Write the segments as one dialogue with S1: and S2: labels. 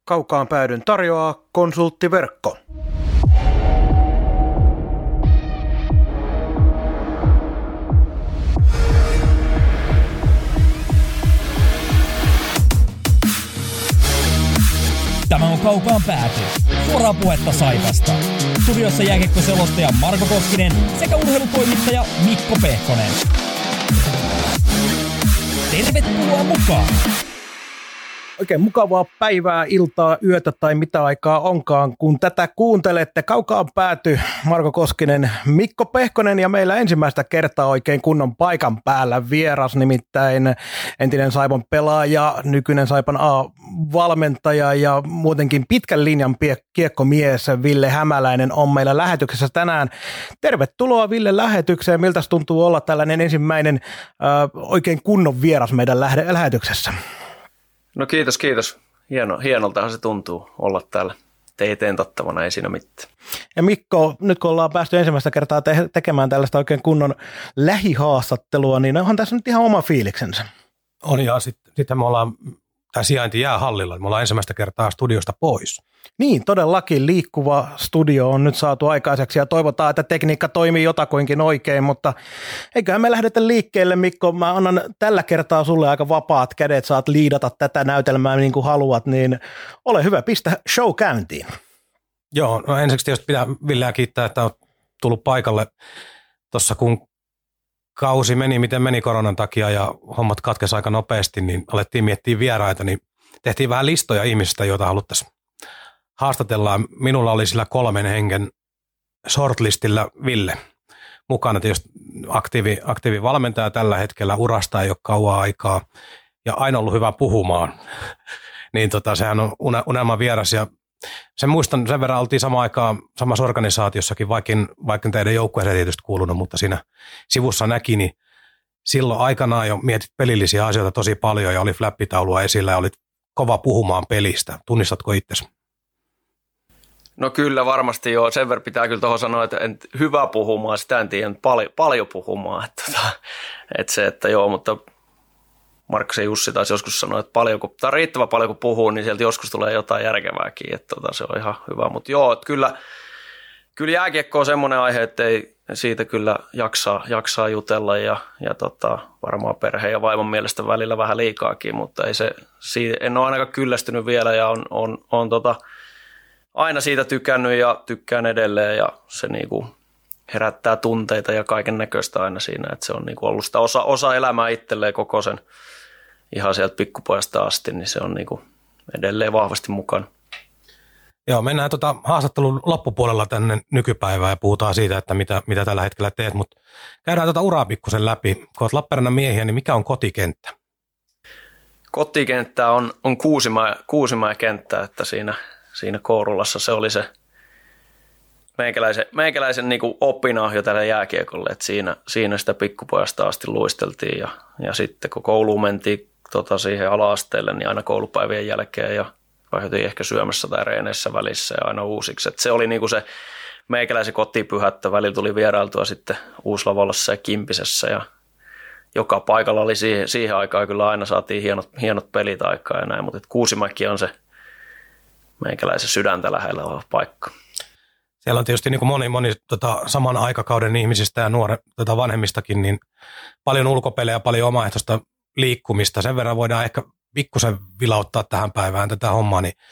S1: Kaukaan päädyn tarjoaa Konsulttiverkko.
S2: Tämä on Kaukaan pääty. Suoraa puhetta Saipasta. Studiossa jääkiekkoselostaja Marko Koskinen sekä urheilutoimittaja Mikko Pehkonen. Tervetuloa mukaan!
S1: Oikein mukavaa päivää, iltaa, yötä tai mitä aikaa onkaan, kun tätä kuuntelette. Kaukaan pääty Marko Koskinen, Mikko Pehkonen ja meillä ensimmäistä kertaa oikein kunnon paikan päällä vieras, nimittäin entinen Saipan pelaaja, nykyinen Saipan A-valmentaja ja muutenkin pitkän linjan kiekkomies Ville Hämäläinen on meillä lähetyksessä tänään. Tervetuloa Ville lähetykseen. Miltä tuntuu olla tällainen ensimmäinen oikein kunnon vieras meidän lähetyksessä?
S3: No kiitos. Hienoltahan se tuntuu olla täällä tentattavana, ei siinä mitään.
S1: Ja Mikko, nyt kun ollaan päästy ensimmäistä kertaa tekemään tällaista oikein kunnon lähihaastattelua, niin onhan tässä nyt ihan oma fiiliksensä.
S4: On ja sitten me ollaan, tämä sijainti jäähallilla, me ollaan ensimmäistä kertaa studiosta pois.
S1: Niin, todellakin liikkuva studio on nyt saatu aikaiseksi ja toivotaan, että tekniikka toimii jotakuinkin oikein, mutta eiköhän me lähdetä liikkeelle, Mikko. Mä annan tällä kertaa sulle aika vapaat kädet, saat liidata tätä näytelmää niin kuin haluat, niin ole hyvä, pistä show käyntiin.
S4: Joo, no ensiksi tietysti pitää Villeä kiittää, että on tullut paikalle tuossa kun kausi meni, miten meni koronan takia ja hommat katkesi aika nopeasti, niin alettiin miettiä vieraita, niin tehtiin vähän listoja ihmisistä, joita haluttaisiin haastatellaan. Minulla oli sillä 3 hengen shortlistillä Ville mukana, tietysti aktiivi valmentaja tällä hetkellä, urasta ei ole kauan aikaa ja aina ollut hyvä puhumaan. Niin sehän on unelman vieras ja sen muistan, sen verran oltiin samaan aikaan samassa organisaatiossakin, vaikka teidän joukkueeseen tietysti kuulunut, mutta siinä sivussa näki, niin silloin aikanaan jo mietit pelillisiä asioita tosi paljon ja oli flappitaulua esillä ja olit kova puhumaan pelistä. Tunnistatko itsesi?
S3: No kyllä varmasti joo. Sen verran pitää kyllä tuohon sanoa, että hyvä puhumaan, sitä en tiedä paljon puhumaan. Että joo, mutta Markkasen Jussi taisi joskus sanoa, että riittävän paljon kun puhuu, niin sieltä joskus tulee jotain järkevääkin, että se on ihan hyvä. Mutta joo, että kyllä jääkiekko on semmoinen aihe, että ei siitä kyllä jaksaa jutella ja varmaan perheen ja vaimon mielestä välillä vähän liikaakin, mutta en ole ainakaan kyllästynyt vielä ja on aina siitä tykännyt ja tykkään edelleen ja se niinku herättää tunteita ja kaiken näköistä aina siinä, että se on niinku ollut sitä osa elämää itselleen koko sen ihan sieltä pikkupojasta asti, niin se on niinku edelleen vahvasti mukana.
S4: Joo, mennään haastattelun loppupuolella tänne nykypäivään ja puhutaan siitä, että mitä tällä hetkellä teet, mutta käydään uraa pikkusen läpi. Kun olet Lappeenrannan miehiä, niin mikä on kotikenttä?
S3: Kotikenttä on Kuusimäen kenttä, että siinä Kourulassa se oli se meikäläisen niinku opinahjo tälle jääkiekolle, että siinä sitä pikkupojasta asti luisteltiin ja sitten kun kouluun mentiin siihen ala-asteelle, niin aina koulupäivien jälkeen ja vaihdotiin ehkä syömässä tai reeneissä välissä ja aina uusiksi. Että se oli niinku se meikäläisen kotipyhättä, välillä tuli vierailtua sitten Uuslavolossa ja Kimpisessä ja joka paikalla oli siihen aikaan kyllä aina saatiin hienot pelit aikaa ja näin, mutta Kuusimäki on se meikäläisen sydäntä lähellä oleva paikka.
S4: Siellä on tietysti niin kuin moni saman aikakauden ihmisistä ja vanhemmistakin, niin paljon ulkopelejä, paljon omaehtoista liikkumista. Sen verran voidaan ehkä pikkusen vilauttaa tähän päivään tätä hommaa. Niin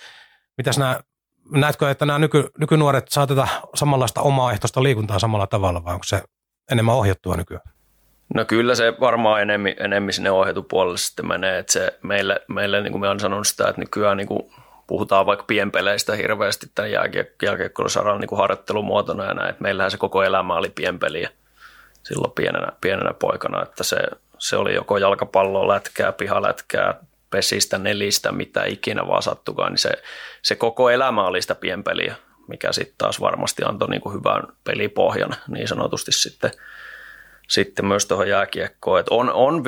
S4: näetkö, että nämä nykynuoret saa tätä samanlaista omaehtoista liikuntaa samalla tavalla vai onko se enemmän ohjattua nykyään?
S3: No kyllä se varmaan enemmän sinne ohjatupuolelle sitten menee. Että se meille niin kuin me olen sanonut sitä, että nykyään niin kuin puhutaan vaikka pienpeleistä hirveästi tämän jääkiekkoilun niin kuin harjoittelumuotona ja näin. Että meillähän se koko elämä oli pienpeliä silloin pienenä poikana, että se oli joko jalkapalloa, lätkää, pihalätkää, pesistä, nelistä, mitä ikinä vaan sattukaan, niin se koko elämä oli sitä pienpeliä, mikä sitten taas varmasti antoi niin kuin hyvän pelipohjan niin sanotusti sitten myös tuohon jääkiekkoon. Että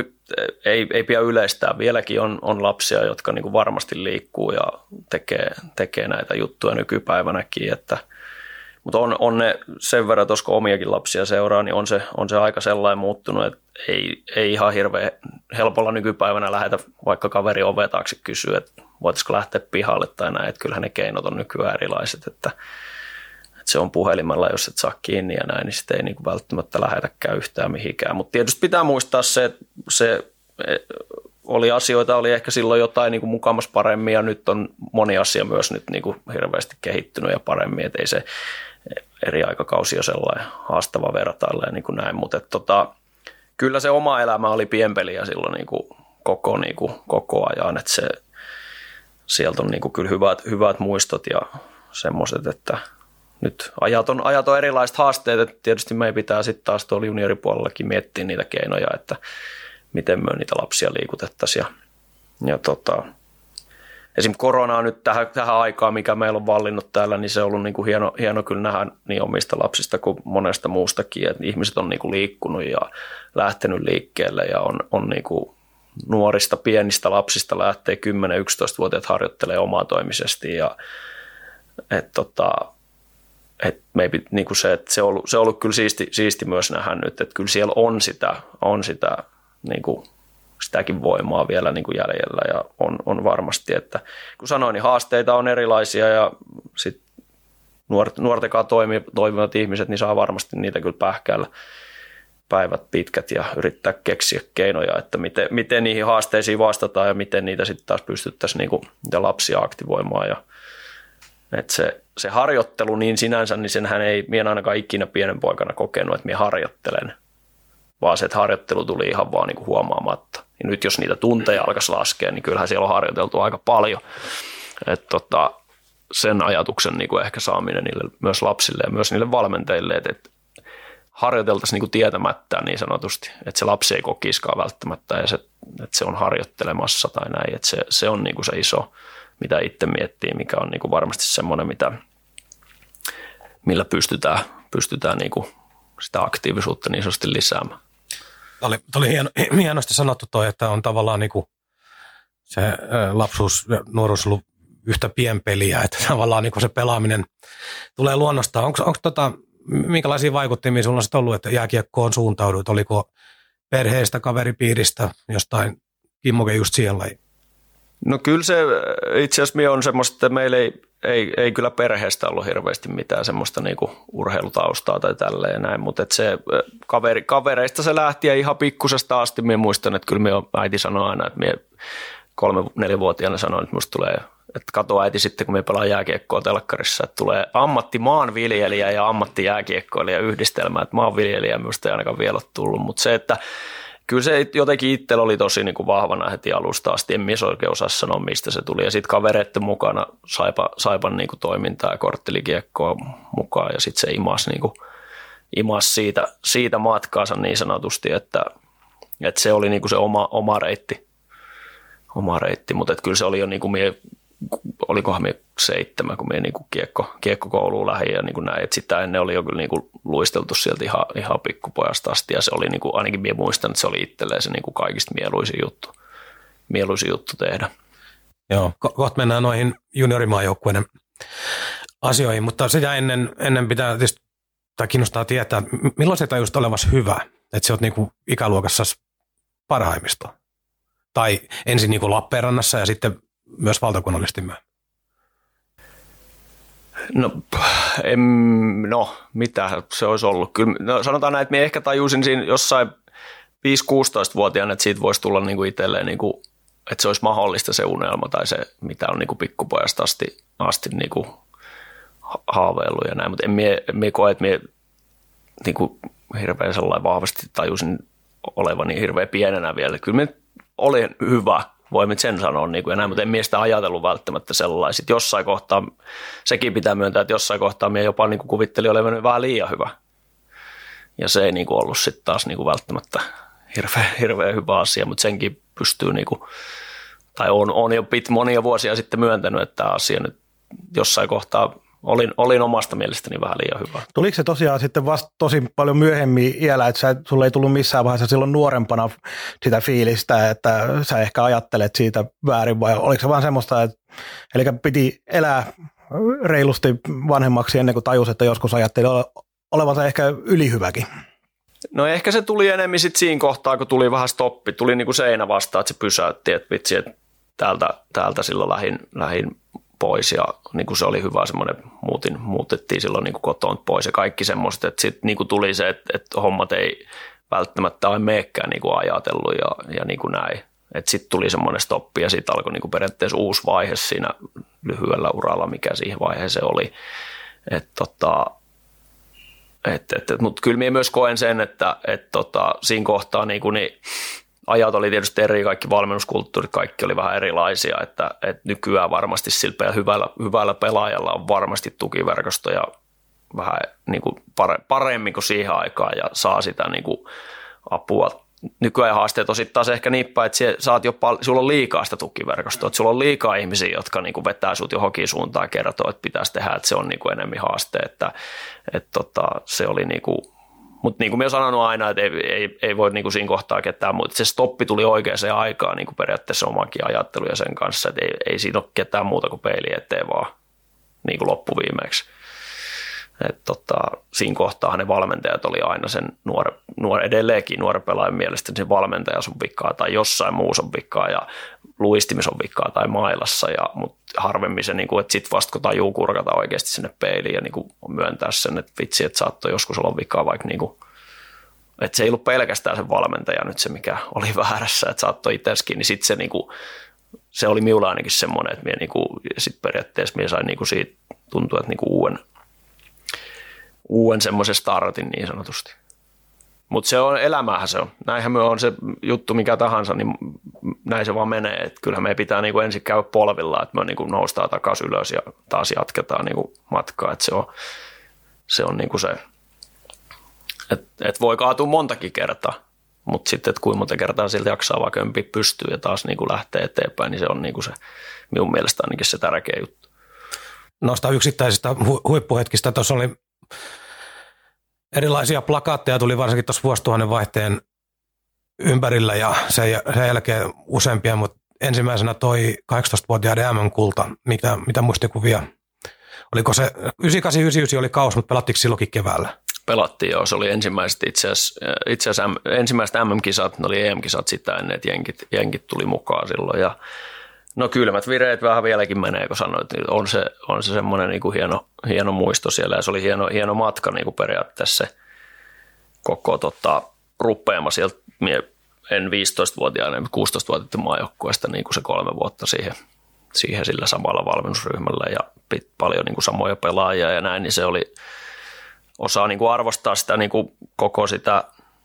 S3: ei pidä yleistää. Vieläkin on lapsia, jotka niin kuin varmasti liikkuu ja tekee näitä juttuja nykypäivänäkin. Mutta on ne sen verran, että koska omiakin lapsia seuraa, niin on se aika sellainen muuttunut, että ei ihan hirveän helpolla nykypäivänä lähetä vaikka kaveri oven taakse kysyä, että voitaisiko lähteä pihalle tai näin, että kyllähän ne keinot on nykyään erilaiset, että se on puhelimella, jos et saa kiinni ja näin, niin sitten ei niin kuin välttämättä lähetäkään yhtään mihinkään. Mutta tietysti pitää muistaa se oli ehkä silloin jotain niin kuin mukamas paremmin ja nyt on moni asia myös nyt niin kuin hirveästi kehittynyt ja paremmin, että ei se eri aikakausi ole sellainen haastava vertailla ja niin kuin näin, mutta kyllä se oma elämä oli pienpeliä silloin niin kuin koko ajan, että sieltä on niin kuin kyllä hyvät muistot ja semmoiset, että nyt ajat on erilaiset haasteet, että tietysti meidän pitää sitten taas tuolla junioripuolellakin miettiä niitä keinoja, että miten me niitä lapsia liikutettaisiin. Ja esimerkiksi koronaa nyt tähän aikaan, mikä meillä on vallinnut täällä, niin se on ollut niin kuin hieno kyllä nähdä niin omista lapsista kuin monesta muustakin, että ihmiset on niin kuin liikkunut ja lähtenyt liikkeelle ja on niin kuin nuorista, pienistä lapsista lähtee 10-11-vuotiaat harjoittelee omatoimisesti ja maybe niin kuin se on ollut kyllä siisti myös nähdä nyt, että kyllä siellä on sitä niin kuin sitäkin voimaa vielä niin kuin jäljellä ja on varmasti, että kun sanoin, niin haasteita on erilaisia ja sit nuortekaan toimivat ihmiset, niin saa varmasti niitä kyllä pähkäällä päivät pitkät ja yrittää keksiä keinoja, että miten niihin haasteisiin vastataan ja miten niitä sitten taas pystyttäisiin niin kuin niitä lapsia aktivoimaan ja että se harjoittelu niin sinänsä, niin senhän ei mien ainakaan ikinä pienen poikana kokenut, että minä harjoittelen, vaan se, että harjoittelu tuli ihan vaan niin kuin huomaamatta. Ja nyt jos niitä tunteja alkaisi laskea, niin kyllähän siellä on harjoiteltu aika paljon. Että sen ajatuksen niin kuin ehkä saaminen niille myös lapsille ja myös niille valmentajille, että harjoiteltaisiin niin kuin tietämättä niin sanotusti, että se lapsi ei kokiskaan välttämättä ja että se on harjoittelemassa tai näin, että se on niin kuin se iso, mitä itse miettii, mikä on niin kuin varmasti semmoinen, millä pystytään niin kuin sitä aktiivisuutta niin sanotusti lisäämään.
S4: Tämä oli hienosti sanottu toi, että on tavallaan niin kuin se lapsuus ja nuoruus ollut yhtä pienpeliä, että tavallaan niin kuin se pelaaminen tulee luonnostaan. Onko minkälaisia vaikuttimia sinulla on ollut, että jääkiekkoon suuntaudut? Oliko perheestä, kaveripiiristä, jostain kimmoke just siellä?
S3: No kyllä se itse asiassa on semmoista, että meillä ei kyllä perheestä ollut hirveästi mitään semmoista niinku urheilutaustaa tai tälleen ja näin, mutta se kavereista se lähti ja ihan pikkusesta asti minä muistan, että kyllä äiti sanoi aina, että minä 3-4-vuotiaana sanoin, että minusta tulee, että kato äiti sitten, kun minä pelaan jääkiekkoa telkkarissa, että tulee maanviljelijä ja ammattijääkiekkoilija yhdistelmä, että maanviljelijä minusta ei ainakaan vielä ole tullut, mutta se, että kyllä se jotenkin itsellä oli tosi niin kuin vahvana heti alusta asti, en mies oikein osaa sanoa, mistä se tuli. Ja sitten kavereiden mukana Saipan niin kuin toimintaa ja korttelikiekkoa mukaan ja sitten se imasi siitä matkaansa niin sanotusti, että se oli niin kuin se oma reitti. Mutta kyllä se oli jo niin kuin olikohan minä 7, kun minä niin kiekkokouluun lähdin ja niin kuin näin, että sitä ennen oli jo kyllä niin kuin luisteltu sieltä ihan pikkupojasta asti ja se oli niin kuin, ainakin minä muistan, että se oli itselleen se niin kuin kaikista mieluisin juttu tehdä.
S4: Joo, kohta mennään noihin juniorimaajoukkueiden asioihin, mutta sitä ennen pitää tietysti, tai kiinnostaa tietää, milloin se tajusit olevasi hyvä, että sä oot niin kuin ikäluokassa parhaimmista? Tai ensin niin kuin Lappeenrannassa ja sitten myös valtakunnallisesti myöhemmin?
S3: Mitä se olisi ollut? Kyllä, sanotaan näin, että minä ehkä tajusin siinä jossain 5-16-vuotiaana, että siitä voisi tulla niinku itselleen, niinku, että se olisi mahdollista se unelma tai se, mitä on niinku pikkupojasta asti niinku haaveillut ja näin, mutta en minä koe, että minä niinku hirveän sellainen vahvasti tajusin olevani hirveän pienenä vielä. Kyllä minä olin hyvä. Voimme sen sanoa niin kuin ja näin, mutta en minä sitä ajatellut välttämättä sellaisia. Jossain kohtaa, sekin pitää myöntää, että jossain kohtaa minä jopa niin kuin kuvittelin olevani vähän liian hyvä. Ja se ei niin kuin ollut sitten taas niin kuin välttämättä hirveän hyvä asia, mutta senkin pystyy, niin kuin, tai on jo monia vuosia sitten myöntänyt, että tämä asia nyt jossain kohtaa olin omasta mielestäni vähän liian hyvä.
S1: Tuliko se tosiaan sitten vasta tosi paljon myöhemmin iällä, että sulle ei tullut missään vaiheessa silloin nuorempana sitä fiilistä, että sä ehkä ajattelet siitä väärin vai oliko se vaan semmoista, että eli piti elää reilusti vanhemmaksi ennen kuin tajus, että joskus ajatteli olevansa ehkä ylihyväkin?
S3: No ehkä se tuli enemmän sitten siinä kohtaa, kun tuli vähän stoppi, tuli niin kuin seinä vastaan, että se pysäytti, että vitsi, että täältä silloin lähin pois ja niin kuin se oli hyvä semmoinen, muutettiin silloin niin kuin kotoon pois ja kaikki semmoiset, että sitten niin kuin tuli se, että hommat ei välttämättä ole meekään niin kuin ajatellut ja niin kuin näin. Että sitten tuli semmoinen stoppi ja sitten alkoi niin kuin periaatteessa uusi vaihe siinä lyhyellä uralla, mikä siihen vaiheeseen oli. Mutta kyllä minä myös koen sen, että siinä kohtaa niin ajat oli tietysti eri, kaikki valmennuskulttuurit, kaikki oli vähän erilaisia, että nykyään varmasti sillä hyvällä pelaajalla on varmasti tukiverkosto ja vähän niin kuin paremmin kuin siihen aikaan ja saa sitä niin kuin apua. Nykyään haasteet on sitten taas ehkä niinpä, että sulla on liikaa sitä tukiverkostoa, että sulla on liikaa ihmisiä, jotka niin kuin vetää sut johonkin suuntaan ja kertoo, että pitäisi tehdä, että se on niin kuin enemmän haaste, että se oli niin kuin, mutta niin kuin minä olen sanonut aina, että ei voi niin kuin siinä kohtaa ketään muuta. Se stoppi tuli oikeaan aikaan niin kuin periaatteessa omankin ajattelu ja sen kanssa, että ei siinä ole ketään muuta kuin peili eteen vaan niin kuin loppuviimeeksi. Siinä kohtaa ne valmentajat oli aina sen edelleenkin nuoren pelaajan mielestä sen valmentajas on vikkaa tai jossain muussa on vikkaa ja luistimissa on vikkaa tai mailassa, mutta harvemmin se, että sitten vasta kun tajuu kurkata oikeasti sinne peiliin ja myöntää sen, että vitsi, että saattoi joskus olla vikkaa vaikka, että se ei ollut pelkästään sen valmentaja nyt se, mikä oli väärässä, että saattoi itsekin, niin sitten se oli minulla ainakin semmoinen, että minä sitten periaatteessa minä sain siitä tuntua, että uuden semmoisen startin niin sanotusti. Mutta se on, elämähän se on. Näinhän me on se juttu mikä tahansa, niin näin se vaan menee. Et kyllähän meidän pitää niinku ensin käydä polvilla, että me niinku noustaan takaisin ylös ja taas jatketaan niinku matkaa. Et se on niinku se, että voi kaatua montakin kertaa, mutta sitten, että kuinka monta kertaa siltä jaksaa vaan kömpiä pystyy ja taas niinku lähtee eteenpäin, niin se on niinku se minun mielestä ainakin se tärkeä juttu.
S4: Noista yksittäisistä huippuhetkistä tuossa oli erilaisia plakaatteja, tuli varsinkin tuossa vuosituhannen vaihteen ympärillä ja sen jälkeen useampia, mutta ensimmäisenä toi 18-vuotiaiden MM-kulta, mitä muistikuvia? Oliko se 98-99 oli kaus, mutta pelattiinko silloinkin keväällä?
S3: Pelattiin joo, se oli ensimmäiset itse asiassa ensimmäiset MM-kisat, ne oli EM-kisat sitä ennen, että jenkit tuli mukaan silloin ja no kylmät vireet vähän vieläkin menee, kun sanoit, niin on se semmoinen niin kuin hieno muisto siellä ja se oli hieno matka niin kuin periaatteessa se koko rupeama sieltä en 15-vuotiaana, 16-vuotiaiden maajoukkueesta niin kuin se 3 vuotta siihen sillä samalla valmennusryhmällä ja paljon niin kuin samoja pelaajia ja näin, niin se oli osaa niin kuin arvostaa sitä niin kuin koko sitä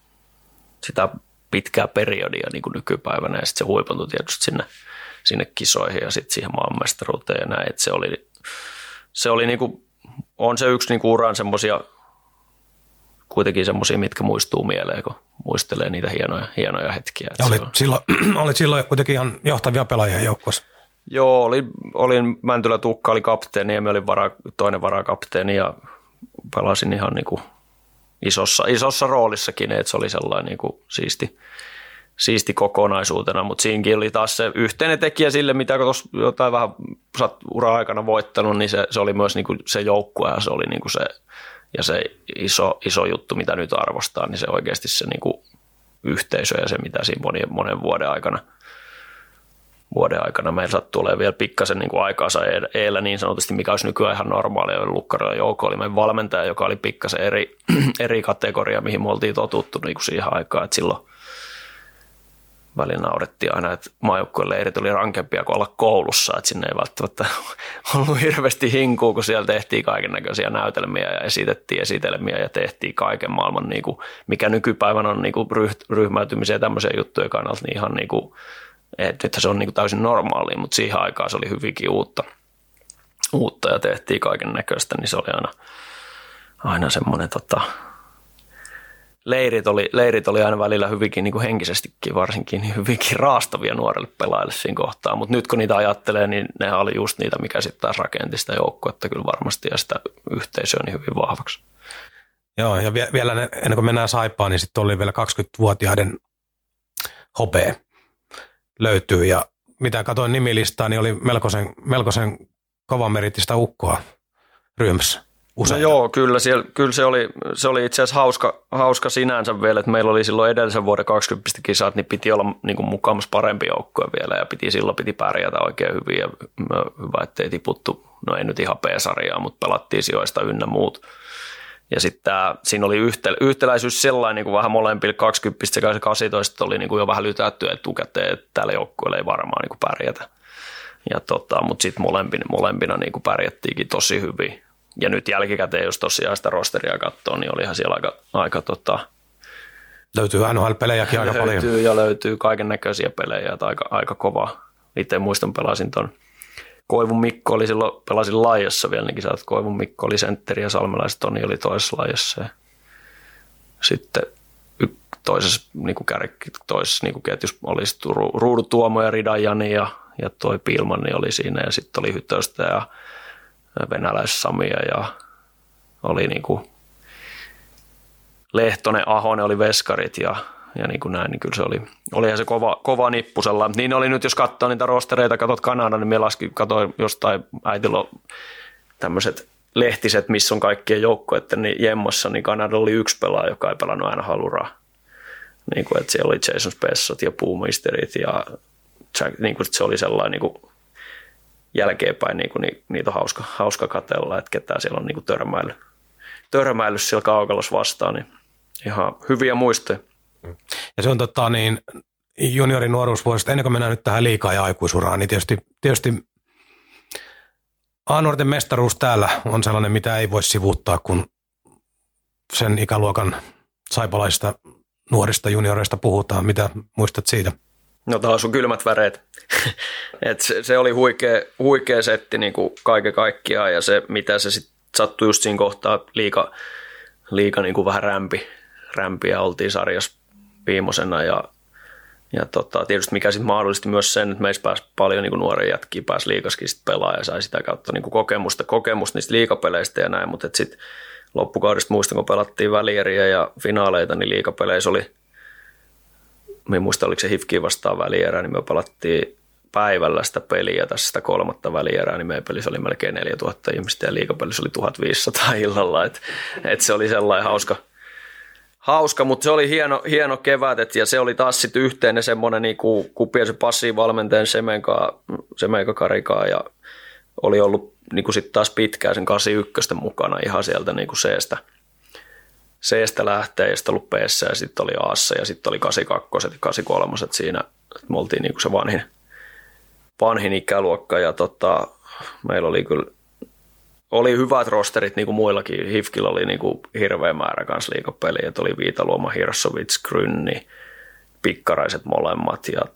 S3: pitkää periodia niin kuin nykypäivänä ja sitten se huipuntui tietysti sinne kisoihin ja sitten siihen maailmanmestaruuteen ja näin, että se oli niinku, on se yksi niinku uran semmoisia, kuitenkin semmoisia, mitkä muistuu mieleen, kun muistelee niitä hienoja hetkiä. Ja
S4: olit silloin kuitenkin ihan johtavia pelaajia joukkueessa.
S3: Joo, olin Mäntylä Tuukka oli kapteeni ja minä olin toinen varakapteeni ja pelasin ihan niinku isossa roolissakin, että se oli sellainen niinku siisti kokonaisuutena, mutta siinäkin oli taas se yhteinen tekijä sille, mitä tuossa jotain vähän ura-aikana voittanut, niin se oli myös niinku se joukkue ja se oli niinku se, ja se iso juttu, mitä nyt arvostaa, niin se oikeasti se niinku yhteisö ja se, mitä siinä monen vuoden aikana meillä sattuu olemaan vielä pikkasen niinku aikaansa eellä niin sanotusti, mikä olisi nykyään ihan normaalia. Lukkarilla Jouko oli meidän valmentaja, joka oli pikkasen eri kategoria, mihin me oltiin totuttu niinku siihen aikaan, että silloin välillä naurettiin aina, että maajoukkueen leirit oli rankempia kuin olla koulussa, että sinne ei välttämättä ollut hirveästi hinkua, kun siellä tehtiin kaikennäköisiä näytelmiä ja esitettiin esitelmiä ja tehtiin kaiken maailman, niin kuin, mikä nykypäivänä on niin kuin ryhmäytymisiä ja tämmöisiä juttuja kannalta, niin ihan niin kuin, että se on niin kuin täysin normaalia, mutta siihen aikaan se oli hyvinkin uutta ja tehtiin kaikennäköistä, niin se oli aina semmoinen Leirit oli aina välillä hyvinkin niin kuin henkisestikin varsinkin niin hyvinkin raastavia nuorelle pelaajille siinä kohtaa, mutta nyt kun niitä ajattelee, niin nehän oli just niitä, mikä sitten taas rakenti sitä joukkuetta kyllä varmasti ja sitä yhteisöä niin hyvin vahvaksi.
S4: Joo, ja vielä ennen kuin mennään Saipaan, niin sitten oli vielä 20-vuotiaiden hopea löytyy ja mitä katsoin nimilistaa, niin oli melkoisen kovamerittistä ukkoa ryhmässä. usein.
S3: No joo, kyllä se oli itse asiassa hauska sinänsä vielä, että meillä oli silloin edellisen vuoden 20 kisat, niin piti olla niin kuin mukaamassa parempi joukkue vielä ja silloin piti pärjätä oikein hyvin ja hyvä, ettei tiputtu, no ei nyt ihan P-sarjaa, mutta pelattiin sijoista ynnä muut. Ja sitten siinä oli yhtäläisyys sellainen, niin kuin vähän molempille 20 sekä 18 oli niin kuin jo vähän lytätty etukäteen, että tällä joukkueella ei varmaan niin kuin pärjätä. Ja mutta sitten molempina niin kuin pärjättiinkin tosi hyvin. Ja nyt jälkikäteen, jos tosiaan sitä rosteria katsoo, niin olihan siellä aika
S4: löytyy NHL-pelejäkin aika paljon.
S3: Löytyy kaiken näköisiä pelejä, että aika kova. Itse muistan, pelasin ton Koivun Mikko oli silloin, pelasin laajassa vielä, niin kisat. Koivun Mikko oli sentteri ja Salmelaiset Toni oli toisessa laajassa. Ja sitten toisessa niin ketjussa oli Ruudu Tuomo ja Ridan Jani ja toi Pilmanni oli siinä ja sitten oli Hytöstä ja Venäläis-Samia ja oli niin kuin Lehtonen, Ahonen oli veskarit ja niin kuin näin, niin kyllä se olihan se kova nippu sellainen. Niin oli nyt, jos katsoo niitä rostereita, katsot Kanada, niin katsoin jostain, äitillä on tämmöiset lehtiset, missä on kaikkien joukkueiden niin Jemmossa, niin Kanada oli yksi pelaaja, joka ei pelannut aina haluraa. Niin kuin, että siellä oli Jason Spessot ja Puumisterit ja Jack, niin kuin, se oli sellainen niin kuin jälkeenpäin, niin kuin, niitä on hauska katsella, että ketään siellä on niin kuin törmäillyt siellä kaukalossa vastaan, niin ihan hyviä muistoja.
S4: Ja se on juniorin nuoruusvuosista, ennen kuin mennään nyt tähän liigaa ja aikuisuraan, niin tietysti A-nuorten mestaruus täällä on sellainen, mitä ei voi sivuuttaa, kun sen ikäluokan saipalaisista nuorista junioreista puhutaan. Mitä muistat siitä?
S3: No taas on kylmät väreet. se oli huikea setti niin kuin kaiken kaikkiaan ja se, mitä se sitten sattui just siinä kohtaa, liiga niin kuin vähän rämpi ja oltiin sarjassa viimosena ja tietysti mikä sitten mahdollisti myös sen, että meissä pääsi paljon niin kuin nuoria jätkiä, pääsi liigaskin sitten pelaamaan ja sai sitä kautta niin kuin kokemusta niistä liigapeleistä ja näin, mutta sitten loppukaudesta muistan, kun pelattiin välieriä ja finaaleita, niin liigapeleissä oli, minä muistan, oliko se HIFKiin vastaan välierää, niin me pelattiin päivällä sitä peliä, tässä sitä kolmatta välierää, niin meidän pelissä oli melkein 4000 ihmistä ja liigapelissä oli 1500 illalla, että se oli sellainen hauska, mutta se oli hieno kevät, ja se oli taas sitten yhteinen semmoinen niin Kupiaisen Passin valmentajan Semenka Karikaa, ja oli ollut niin sitten taas pitkään sen 81 mukana ihan sieltä niin C:stä lähtee, ja sitten ollut P:ssä, ja sitten oli A:ssa, ja sitten oli 82 ja 83 siinä, että me oltiin niin se vanhin ikäluokka, ja meillä oli kyllä oli hyvät rosterit niin kuin muillakin. HIFKillä oli niin kuin hirveä määrä kanssa liigapeliä, että oli Viitaluoma, Hirsovits, Grynni, Pikkaraiset molemmat ja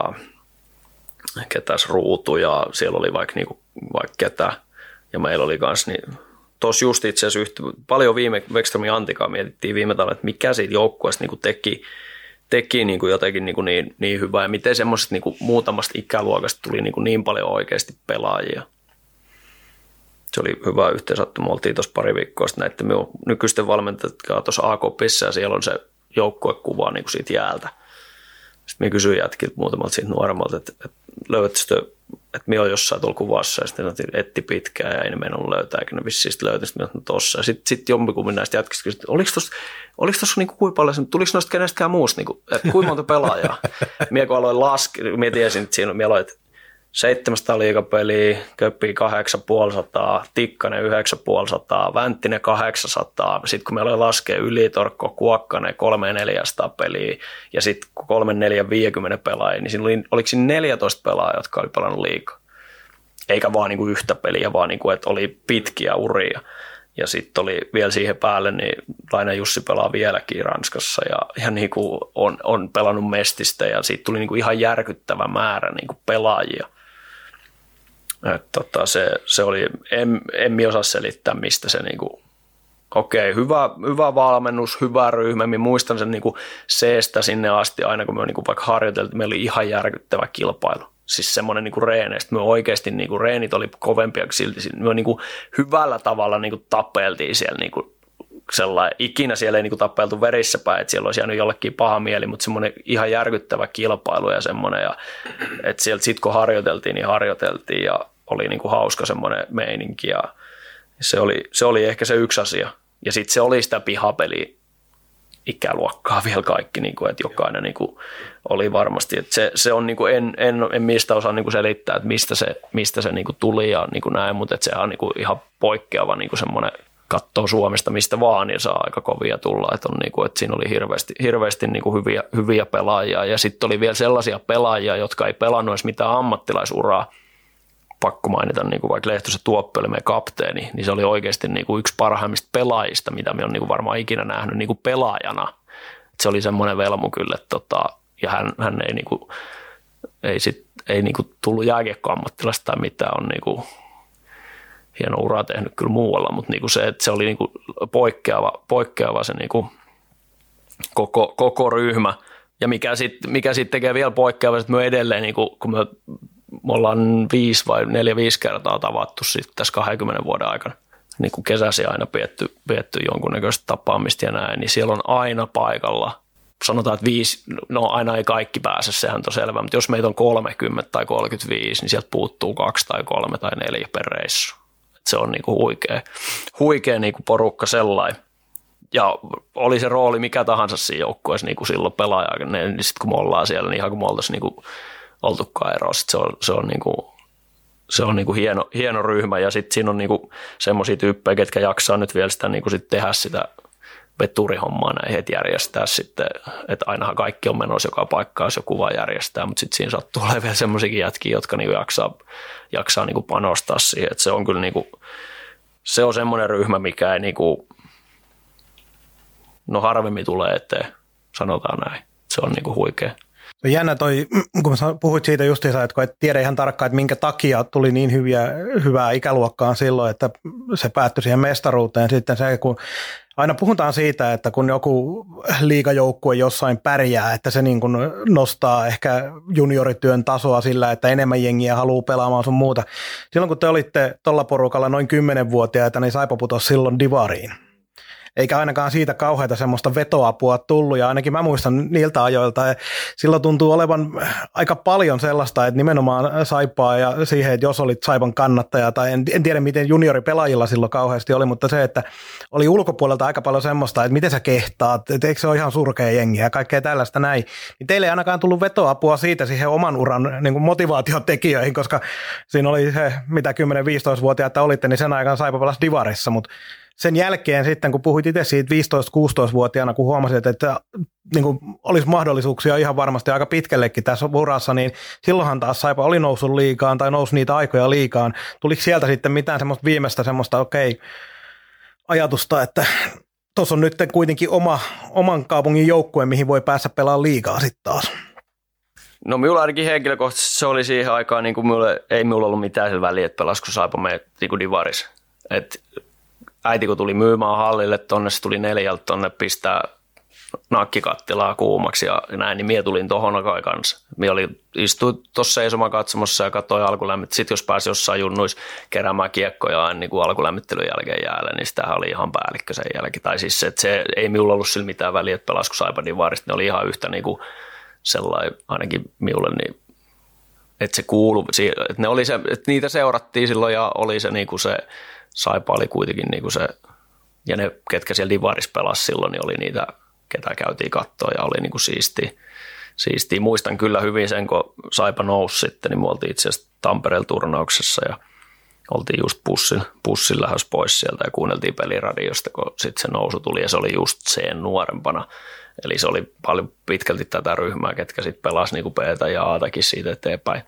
S3: ketäs Ruutu ja siellä oli vaikka ketä. Ja meillä oli kanssa, niin tuossa just itse asiassa paljon viime Wexströmin Antikaa mietittiin viime talvella, että mikä siitä joukkueesta niin teki niin kuin jotenkin niin hyvää ja miten semmoisesta niin kuin muutamasta ikäluokasta tuli niin paljon oikeasti pelaajia. Se oli hyvä yhteensattuma. Oltiin tuossa pari viikkoa sitten näiden minun nykyisten valmentajat tuossa AKPissa ja siellä on se joukkuekuva niin kuin siitä jäältä. Sitten minä kysyin jätkiltä muutamalta siitä nuoremmalta, että löytäisikö, että minä olen jossain tuolla kuvassa ja sitten etti pitkään ja ei ne meinannut löytää, eikä ne vissiin sitten löytäisi, että minä olen tuossa. Ja sitten jompikummin näistä jätkistä kysyi, että oliko tuossa niin kuinka paljon, tuliko noista kenestäkään muusta, niin kuin, että kuinka monta pelaajaa? Minä kun aloin laskea, minä tiesin, että siinä minä aloin, 700 liigapeliä, Köppi 8500, Tikkanen 9500, Vänttinen 800. Sitten kun meillä oli laskea Ylitorkko, Kuokkanen 300-400 peliä ja sitten 3-4-50 pelaajia, niin siinä oliko siinä 14 pelaajaa, jotka oli pelannut liigaa. Eikä vaan niinku yhtä peliä, vaan niinku, että oli pitkiä uria. Ja sitten oli vielä siihen päälle, niin Laine Jussi pelaa vieläkin Ranskassa ja niinku on pelannut Mestistä ja siitä tuli niinku ihan järkyttävä määrä niinku pelaajia. Se oli, en osaa selittää, mistä se niinku, hyvä valmennus, hyvä ryhmä. Minä muistan sen niinku C:stä sinne asti, aina kun me niinku vaikka harjoiteltiin, meillä oli ihan järkyttävä kilpailu. Siis semmoinen niinku reeneistä. Me oikeasti niinku reenit oli kovempia kuin silti. Me niinku hyvällä tavalla niinku tappeltiin siellä niinku sellainen. Ikinä siellä ei niinku tappeltu verissä päin, että siellä olisi jäänyt jollekin paha mieli, mutta semmoinen ihan järkyttävä kilpailu ja semmoinen. Ja, että sieltä sitten kun harjoiteltiin, niin harjoiteltiin ja oli niinku hauska semmoinen meininki. Se oli ehkä se yksi asia. Ja sitten se oli sitä pihapeliä ikäluokkaa vielä kaikki, niin kuin, että jokainen niin kuin, oli varmasti. Että se on, niin kuin, en mistä osaa niin kuin selittää, että mistä se niin kuin tuli ja niin kuin näin, mutta että sehän on niin kuin ihan poikkeava niin kuin semmoinen, katsoo Suomesta mistä vaan, niin saa aika kovia tulla. Että, on, niin kuin, että siinä oli hirveästi niin kuin hyviä pelaajia ja sitten oli vielä sellaisia pelaajia, jotka ei pelannut edes mitään ammattilaisuraa. Pakko mainita, niin kuin vaikka Lehtosen Tuoppi oli meidän kapteeni, niin se oli oikeasti niin kuin yksi parhaimmista pelaajista, mitä me on niin kuin varmaan ikinä nähnyt niin kuin pelaajana. Et se oli semmoinen velmu kyllä, että ja hän ei, niin kuin, ei niin kuin tullut jääkiekkoammattilasta tai mitään, on niin kuin hieno ura tehnyt kyllä muualla, mutta niin kuin se, että se oli niin kuin poikkeava se niin kuin koko ryhmä. Ja mikä sitten tekee vielä poikkeava, että me edelleen, niin kuin, kun me ollaan 4-5 kertaa tavattu sitten tässä 20 vuoden aikana. Niin kuin kesäsi aina pietty jonkunnäköistä tapaamista ja näin, niin siellä on aina paikalla, sanotaan, että 5, no aina ei kaikki pääse, sehän on selvä, mutta jos meitä on 30 tai 35, niin sieltä puuttuu 2 tai 3 tai 4 per reissu. Et se on niin kuin huikea niin kuin porukka sellainen. Ja oli se rooli mikä tahansa siinä joukkueessa niin kuin silloin pelaaja, niin sitten kun me ollaan siellä, niin ihan kuin me oltaisiin niin kuin oltukaan eroa. Se on niinku hieno ryhmä ja sitten siinä on niinku semmoisia tyyppejä, ketkä jaksaa nyt vielä sitä niinku sit tehdä sitä veturihommaa näihin, että järjestää sitten, että ainahan kaikki on menossa joka paikkaan, jos joku vaan järjestää, mutta sitten siinä sattuu olemaan vielä semmoisiakin jätkiä, jotka niinku jaksaa niinku panostaa siihen, että se on kyllä niinku, se on semmoinen ryhmä, mikä ei niinku, no harvemmin tulee eteen, sanotaan näin, se on niinku huikea.
S1: Se on jännä toi, kun puhuit siitä justiinsa, että kun et tiedä ihan tarkkaan, että minkä takia tuli niin hyvää ikäluokkaan silloin, että se päättyi siihen mestaruuteen. Sitten se, kun aina puhutaan siitä, että kun joku liigajoukkue jossain pärjää, että se niin kuin nostaa ehkä juniorityön tasoa sillä, että enemmän jengiä haluaa pelaamaan sun muuta. Silloin kun te olitte tuolla porukalla noin 10-vuotiaita, niin Saipa putosi silloin divariin. Eikä ainakaan siitä kauheata semmoista vetoapua tullut, ja ainakin mä muistan niiltä ajoilta, ja silloin tuntuu olevan aika paljon sellaista, että nimenomaan Saipaa ja siihen, että jos olit Saipan kannattaja, tai en tiedä miten junioripelaajilla silloin kauheasti oli, mutta se, että oli ulkopuolelta aika paljon semmoista, että miten sä kehtaat, että eikö se ole ihan surkea jengiä ja kaikkea tällaista näin, niin teille ei ainakaan tullut vetoapua siitä siihen oman uran niin kuin motivaatiotekijöihin, koska siinä oli se, mitä 10-15-vuotiaita olitte, niin sen aikaan Saipa pelasi divarissa, mutta sen jälkeen sitten, kun puhuit itse siitä 15-16-vuotiaana, kun huomasit, että niin kuin olisi mahdollisuuksia ihan varmasti aika pitkällekin tässä urassa, niin silloinhan taas Saipa oli noussut liigaan tai nousi niitä aikoja liigaan. Tuliko sieltä sitten mitään semmoista viimeistä semmoista ajatusta, että tuossa on nyt kuitenkin oman kaupungin joukkue, mihin voi päästä pelaamaan liigaa sitten taas?
S3: No minulla ainakin henkilökohtaisesti se oli siihen aikaan, niin kuin ei minulla ollut mitään sillä väliä, että pelasiko Saipa meidät niin divaris. Että äiti kun tuli myymään hallille tonne, se tuli 4 tonne pistää nakkikattilaa kuumaksi ja näin, niin minä tulin tohon kanssa. Minä istuin tuossa seisomaan katsomossa ja katsoin alkulämmittelyä. Sitten jos pääsi jossain junnuissa keräämään kiekkoja niin kuin alkulämmittelyn jälkeen jäälle, niin sitähän oli ihan päällikkö sen jälkeen. Tai siis se, että se ei minulla ollut sillä mitään väliä, että pelasiko Saipa divarista. Ne oli ihan yhtä niin kuin sellainen, ainakin minulle, niin, että se kuului. Että, että niitä seurattiin silloin ja oli se niin kuin se Saipa oli kuitenkin niinku se, ja ne, ketkä siellä divarissa pelasi silloin, niin oli niitä, ketä käytiin kattoon ja oli niinku siistiä. Muistan kyllä hyvin sen, kun Saipa nousi sitten, niin me oltiin itse asiassa Tampereella turnauksessa ja oltiin just bussin lähdössä pois sieltä ja kuunneltiin peliradiosta, kun sitten se nousu tuli ja se oli just sen nuorempana. Eli se oli paljon pitkälti tätä ryhmää, ketkä sitten pelasi niinku B:tä ja A:takin siitä eteenpäin.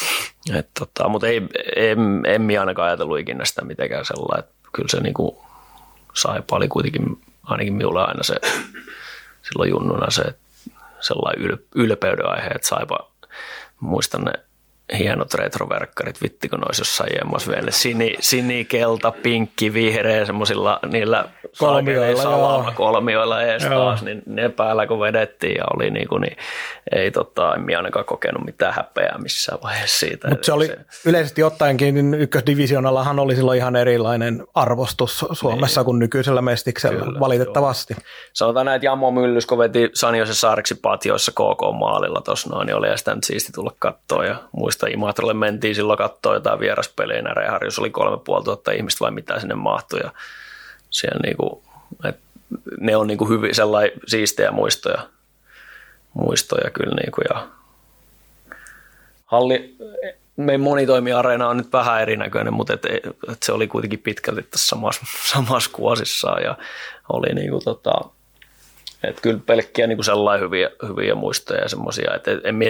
S3: Mutta en minä ainakaan ajatellut ikinä sitä mitenkään sellainen, että kyllä se niinku Saipa oli kuitenkin ainakin minulle aina se silloin junnuna se sellainen ylpeyden aihe, että Saipa, muistan ne hienot retroverkkarit, vitti kun olisi jossain jemmassa vielä sini, kelta, pinkki, vihreä, semmoisilla niillä kolmioilla ees taas, niin ne päällä kun vedettiin ja oli niin ei en minä ainakaan kokenut mitään häpeää missään vaiheessa siitä.
S1: Mutta se oli yleisesti ottaenkin, niin ykkösdivisionallahan oli silloin ihan erilainen arvostus Suomessa kuin nykyisellä Mestiksellä, valitettavasti.
S3: Sanotaan näin, että Jammo Myllys, kun veti Sanjosen Saariksi patioissa KK-maalilla tuossa niin oli sitä nyt siisti tulla katsoa ja muista Imatralle mentiin silloin katsoa jotain vieraspelejä, Näreharjus oli 3500 ihmistä vai mitä sinne mahtui ja siellä niinku, ne on niinku hyvin sellainen siistejä muistoja kyllä niinku ja meidän monitoimiareena on nyt vähän erinäköinen, mutta et se oli kuitenkin pitkälti tässä samassa kuosissaan ja oli niinku että kyllä pelkkiä niinku sellainen hyviä muistoja ja semmoisia, että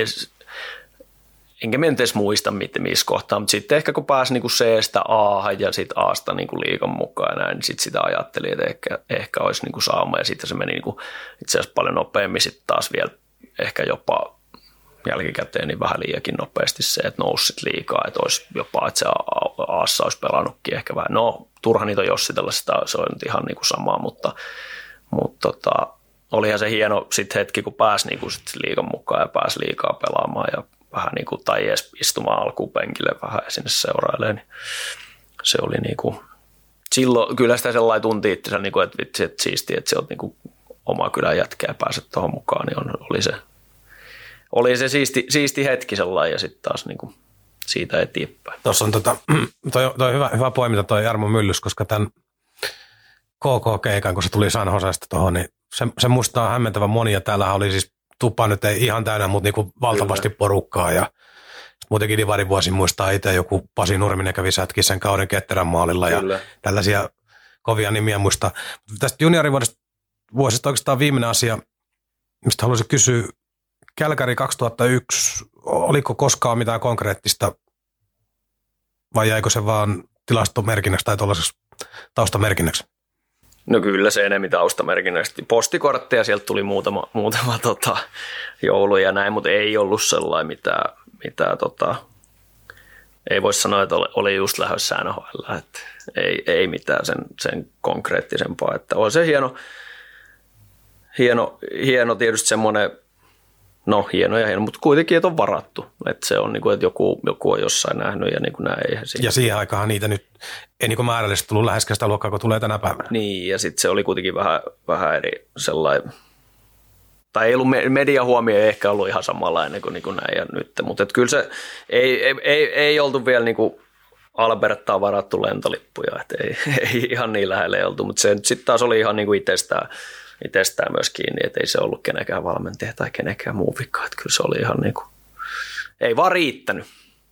S3: enkä minä nyt edes muista missä kohtaa, mutta sitten ehkä kun pääsi niinku C-stä A-han ja sitten A-sta niinku liigan mukaan ja näin, niin sitten sitä ajattelin, että ehkä olisi niinku sauma ja sitten se meni niinku itse asiassa paljon nopeammin sitten taas vielä ehkä jopa jälkikäteen niin vähän liiakin nopeasti se, että nousi sitten liikaa, että olisi jopa, että se A-ssa olisi pelannutkin ehkä vähän. No turha niitä on jossitella sitä, se on nyt ihan niinku samaa, mutta olihan se hieno sitten hetki, kun pääsi niinku sit liigan mukaan ja pääsi liikaa pelaamaan ja vähän niin kuin, tai edes istumaan alkuun penkille vähän ja sinne seurailemaan, niin se oli niin kuin, silloin kyllä sitä sellainen tunti itsensä, niin kuin, että vitsi, että siistiä, että se on niin kuin oma kylän jätkä ja pääset tuohon mukaan, niin oli se siisti hetki sellainen ja sitten taas niin kuin siitä eteenpäin.
S4: Tuossa on toi hyvä poiminta toi Jarmo Myllys, koska tämän KK-keikan, kun se tuli San Josesta tuohon, niin se musta on hämmentävän monia. Täällähän oli siis tupa nyt ei ihan täynnä, mutta niinku valtavasti porukkaa ja muutenkin Divarin vuosi muistaa itse joku Pasi Nurminen kävi sätkiä sen kauden Ketterän maalilla ja tällaisia kovia nimiä muistaa. Tästä juniorivuosista oikeastaan viimeinen asia, mistä haluaisin kysyä. Kälkäri 2001, oliko koskaan mitään konkreettista vai jäikö se vaan tilastomerkinnäksi tai tuollaiseksi taustamerkinnäksi?
S3: No kyllä se enemmän taustamerkinnäksi. Postikortteja sieltä tuli muutama joulu ja näin, mutta ei ollut sellainen mitään ei voi sanoa, että oli just lähdössä NHL, että ei mitään sen konkreettisempaa. Että on se hieno tietysti semmoinen, no hieno, mutta kuitenkin, että on varattu. Että se on niin kuin, että joku on jossain nähnyt ja niin kuin näin.
S4: Ja siihen aikaan niitä nyt ei niin kuin määrällisesti tullut läheskään sitä luokkaa, kun tulee tänä päivänä.
S3: Niin, ja sitten se oli kuitenkin vähän eri sellainen, tai ei ollut mediahuomio, ei ehkä ollut ihan samanlainen kuin näin ja nyt. Mutta kyllä se ei oltu vielä niin kuin Alberttaan varattu lentolippuja, että ei ihan niin lähelle oltu, mutta se sitten taas oli ihan niin kuin itsestään myös kiinni, että ei se ollut kenenkään valmentaja tai kenenkään muu vika, että kyllä se oli ihan niin kuin, ei vaan riittänyt.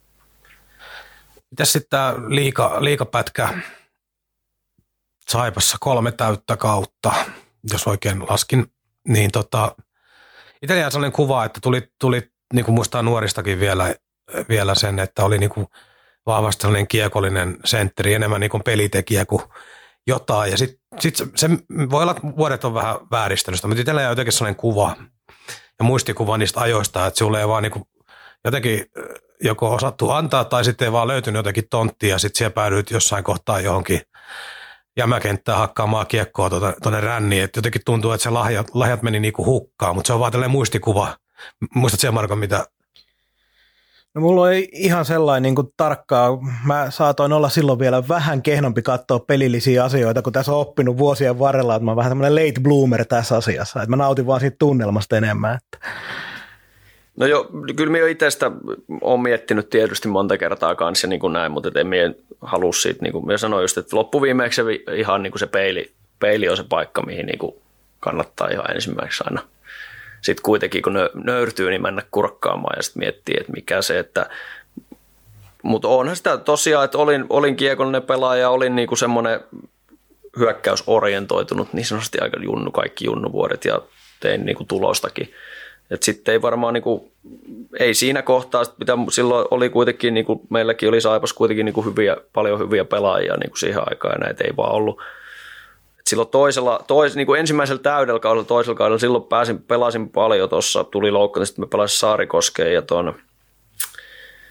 S4: Mitäs sitten tämä liigapätkä Saipassa 3 täyttä kautta, jos oikein laskin, niin itsellä jäi sellainen kuva, että tuli niin kuin muistaa nuoristakin vielä sen, että oli niin kuin vahvasti sellainen kiekollinen sentteri, enemmän niin kuin pelitekijä kuin jotain. Ja sitten se voi olla, että vuodet on vähän vääristänyt, mutta itsellä jäi jotenkin sellainen kuva ja muistikuva niistä ajoista, että sulle ei vaan niin kuin jotenkin joko osattu antaa tai sitten ei vaan löytynyt jotenkin tonttia ja sitten siellä päädyit jossain kohtaa johonkin jämäkenttään hakkaamaan kiekkoa tuonne ränniin. Et jotenkin tuntuu, että se lahjat meni niinku hukkaan, mutta se on vaan tällainen muistikuva. Muistatko siellä, Marko, mitä?
S1: No mulla ei ihan sellainen niin kuin tarkkaa. Mä saatoin olla silloin vielä vähän kehnompi katsoa pelillisiä asioita, kun tässä on oppinut vuosien varrella, että mä oon vähän tämmöinen late bloomer tässä asiassa. Että mä nautin vaan siitä tunnelmasta enemmän.
S3: No joo, kyllä minä itsestä olen miettinyt tietysti monta kertaa kanssa niin kuin näin, mutta en minä halua siitä, niin kuin minä sanoin just, että loppuviimeksi se ihan niin kuin se peili on se paikka, mihin niin kuin kannattaa ihan ensimmäiseksi aina. Sitten kuitenkin kun nöyrtyy, niin mennä kurkkaamaan ja sitten miettiä, että mikä se, että mutta onhan sitä tosiaan, että olin kiekollinen pelaaja, olin niin kuin semmoinen hyökkäysorientoitunut, niin sanotusti aika kaikki junnuvuodet ja tein niin kuin tulostakin. Että sitten ei varmaan, niinku, ei siinä kohtaa, mitä silloin oli kuitenkin, niinku, meilläkin oli Saipassa kuitenkin niinku paljon hyviä pelaajia niinku siihen aikaan, ja näitä ei vaan ollut. Et silloin niinku ensimmäisellä täydellä kaudella, toisella kaudella, silloin pelasin paljon tuossa, tuli loukkaantunut, sitten me pelasin Saarikoskeen ja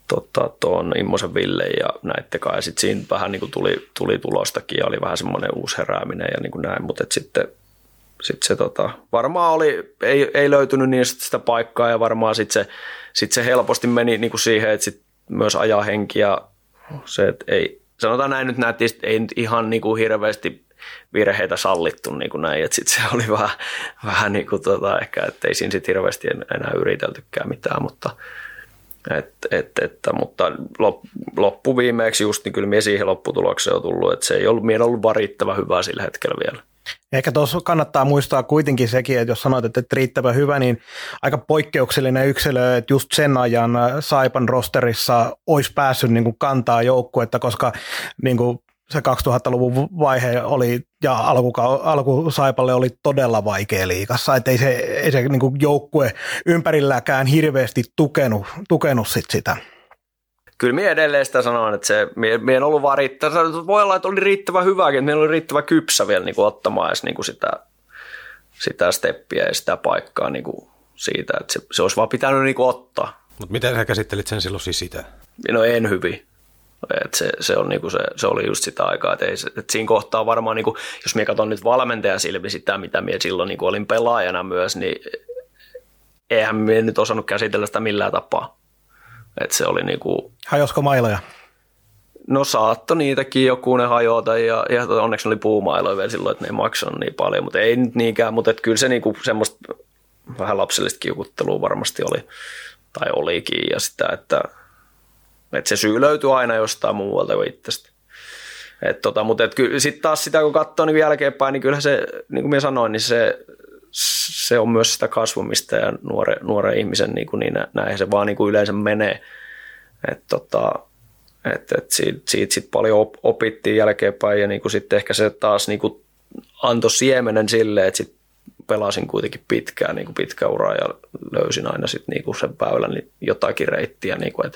S3: tuon Immosen Ville ja näitten kanssa. Ja sitten siinä vähän niin kuin tuli tulostakin ja oli vähän semmoinen uusi herääminen ja niin kuin näin, mutta sitten se varmaan ei löytynyt niin sitä paikkaa ja varmaan sitten se helposti meni niin kuin siihen, että sit myös ajaa henki ja se, että ei, sanotaan näin nyt näytti, että ei nyt ihan niin kuin hirveästi virheitä sallittu niin kuin näin, että sitten se oli vähän niin kuin ehkä, että ei siinä sitten hirveästi enää yriteltykään mitään, mutta mutta loppuviimeeksi just niin kyllä minä siihen lopputulokseen on tullut, että se ei ollut riittävän hyvää sillä hetkellä vielä.
S1: Ehkä tuossa kannattaa muistaa kuitenkin sekin, että jos sanoit, että riittävän hyvä, niin aika poikkeuksellinen yksilö, että just sen ajan Saipan rosterissa olisi päässyt niin kuin kantaa joukkuetta, koska niin kuin se 2000-luvun vaihe oli ja alku Saipalle oli todella vaikea liigassa, että ei se niin kuin joukkue ympärilläkään hirveästi tukenut sitä.
S3: Kyllä minä edelleen sitä sanon, että minä en ollut vaan voi olla, että oli riittävän hyvääkin, että meillä oli riittävän kypsä vielä niin kuin ottamaan edes niin kuin sitä steppiä ja sitä paikkaa niin kuin siitä, että se olisi vaan pitänyt niin kuin ottaa.
S4: Mutta miten sä käsittelit sen silloin siis sitä?
S3: No en hyvin. Se oli just sitä aikaa, että siinä kohtaa varmaan, niin kuin, jos minä katson nyt valmentajan silmi sitä, mitä minä silloin niin kuin olin pelaajana myös, niin eihän minä nyt osannut käsitellä sitä millään tapaa. Että se oli niinku...
S1: Hajosko mailoja?
S3: No saattoi niitäkin joku ne hajota ja onneksi ne oli puumailoja vielä silloin, että ne ei maksanut niin paljon, mutta ei nyt niinkään, mutta kyllä se niinku semmoista vähän lapsellista kiukuttelua varmasti oli tai olikin ja sitä, että se syy löytyy aina jostain muualta kuin itsestä. Mutta kyllä sitten taas sitä kun katsoo niin jälkeenpäin, niin kyllähän se, niin kuin minä sanoin, niin se on myös sitä kasvamista ja nuoren ihmisen niin näin se vaan niin kuin yleensä menee. Siitä sit paljon opittiin jälkeenpäin ja niin kuin sitten ehkä se taas niin kuin antoi siemenen silleen, että sit pelasin kuitenkin pitkään, niin kuin pitkä ura ja löysin aina sit niin kuin sen väylän niin jotakin reittiä. Niin kuin,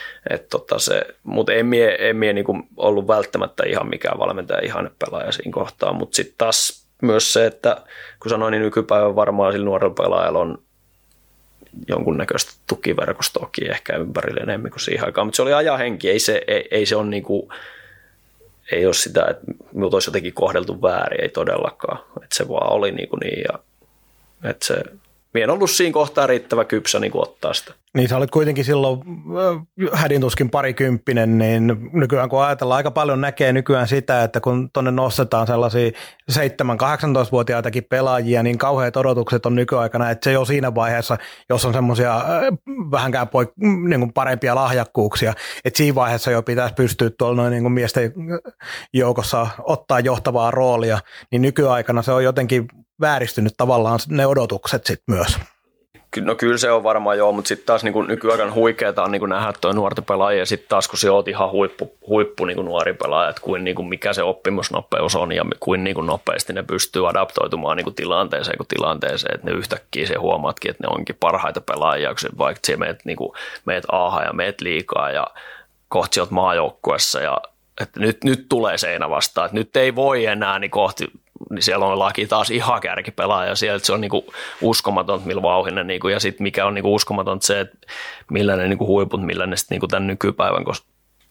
S3: mutta en mie niin kuin ollut välttämättä ihan mikään valmentaja ihannepelaaja siinä kohtaa, mutta sitten taas myös se, että kun sanoin, niin nykypäivän varmaan sillä nuorella pelaajalla on jonkunnäköistä tukiverkostoakin ehkä ympärille enemmän kuin siihen aikaan, mutta se oli ajahenki, ei se ole niinku, ei ole sitä, että minut olisi jotenkin kohdeltu väärin, ei todellakaan, että se vaan oli niin ja että se, minä en ollut siinä kohtaa riittävä kypsä niin ottaa sitä.
S1: Niin sä olit kuitenkin silloin hädintuskin parikymppinen, niin nykyään kun ajatellaan, aika paljon näkee nykyään sitä, että kun tuonne nostetaan sellaisia 7-18-vuotiaitakin pelaajia, niin kauheat odotukset on nykyaikana, että se jo siinä vaiheessa, jos on semmoisia vähänkään niin kuin parempia lahjakkuuksia, että siinä vaiheessa jo pitäisi pystyä tuolla niin kuin miesten joukossa ottaa johtavaa roolia, niin nykyaikana se on jotenkin vääristynyt tavallaan ne odotukset sitten myös.
S3: No kyllä se on varmaan joo, mutta sitten taas niin nykyaikana huikeeta on niin nähdä tuo nuorten pelaajia ja sitten taas kun se oot ihan huippu niin nuori pelaaja, että kuin mikä se oppimusnopeus on ja kuin nopeasti ne pystyy adaptoitumaan niin tilanteeseen kuin tilanteeseen, että ne yhtäkkiä se huomaatkin, että ne onkin parhaita pelaajia, vaikka se meet A ja meet liikaa ja kohti olet maajoukkuessa ja että nyt tulee seinä vastaan, että nyt ei voi enää niin kohti, niin siellä on laki taas ihan kärkipelaaja sieltä, se on niinku uskomatonta, millä vauhinen, niinku, ja sitten mikä on niinku uskomatonta se, että millä ne niinku huiput, millä ne sitten niinku tämän nykypäivän, koska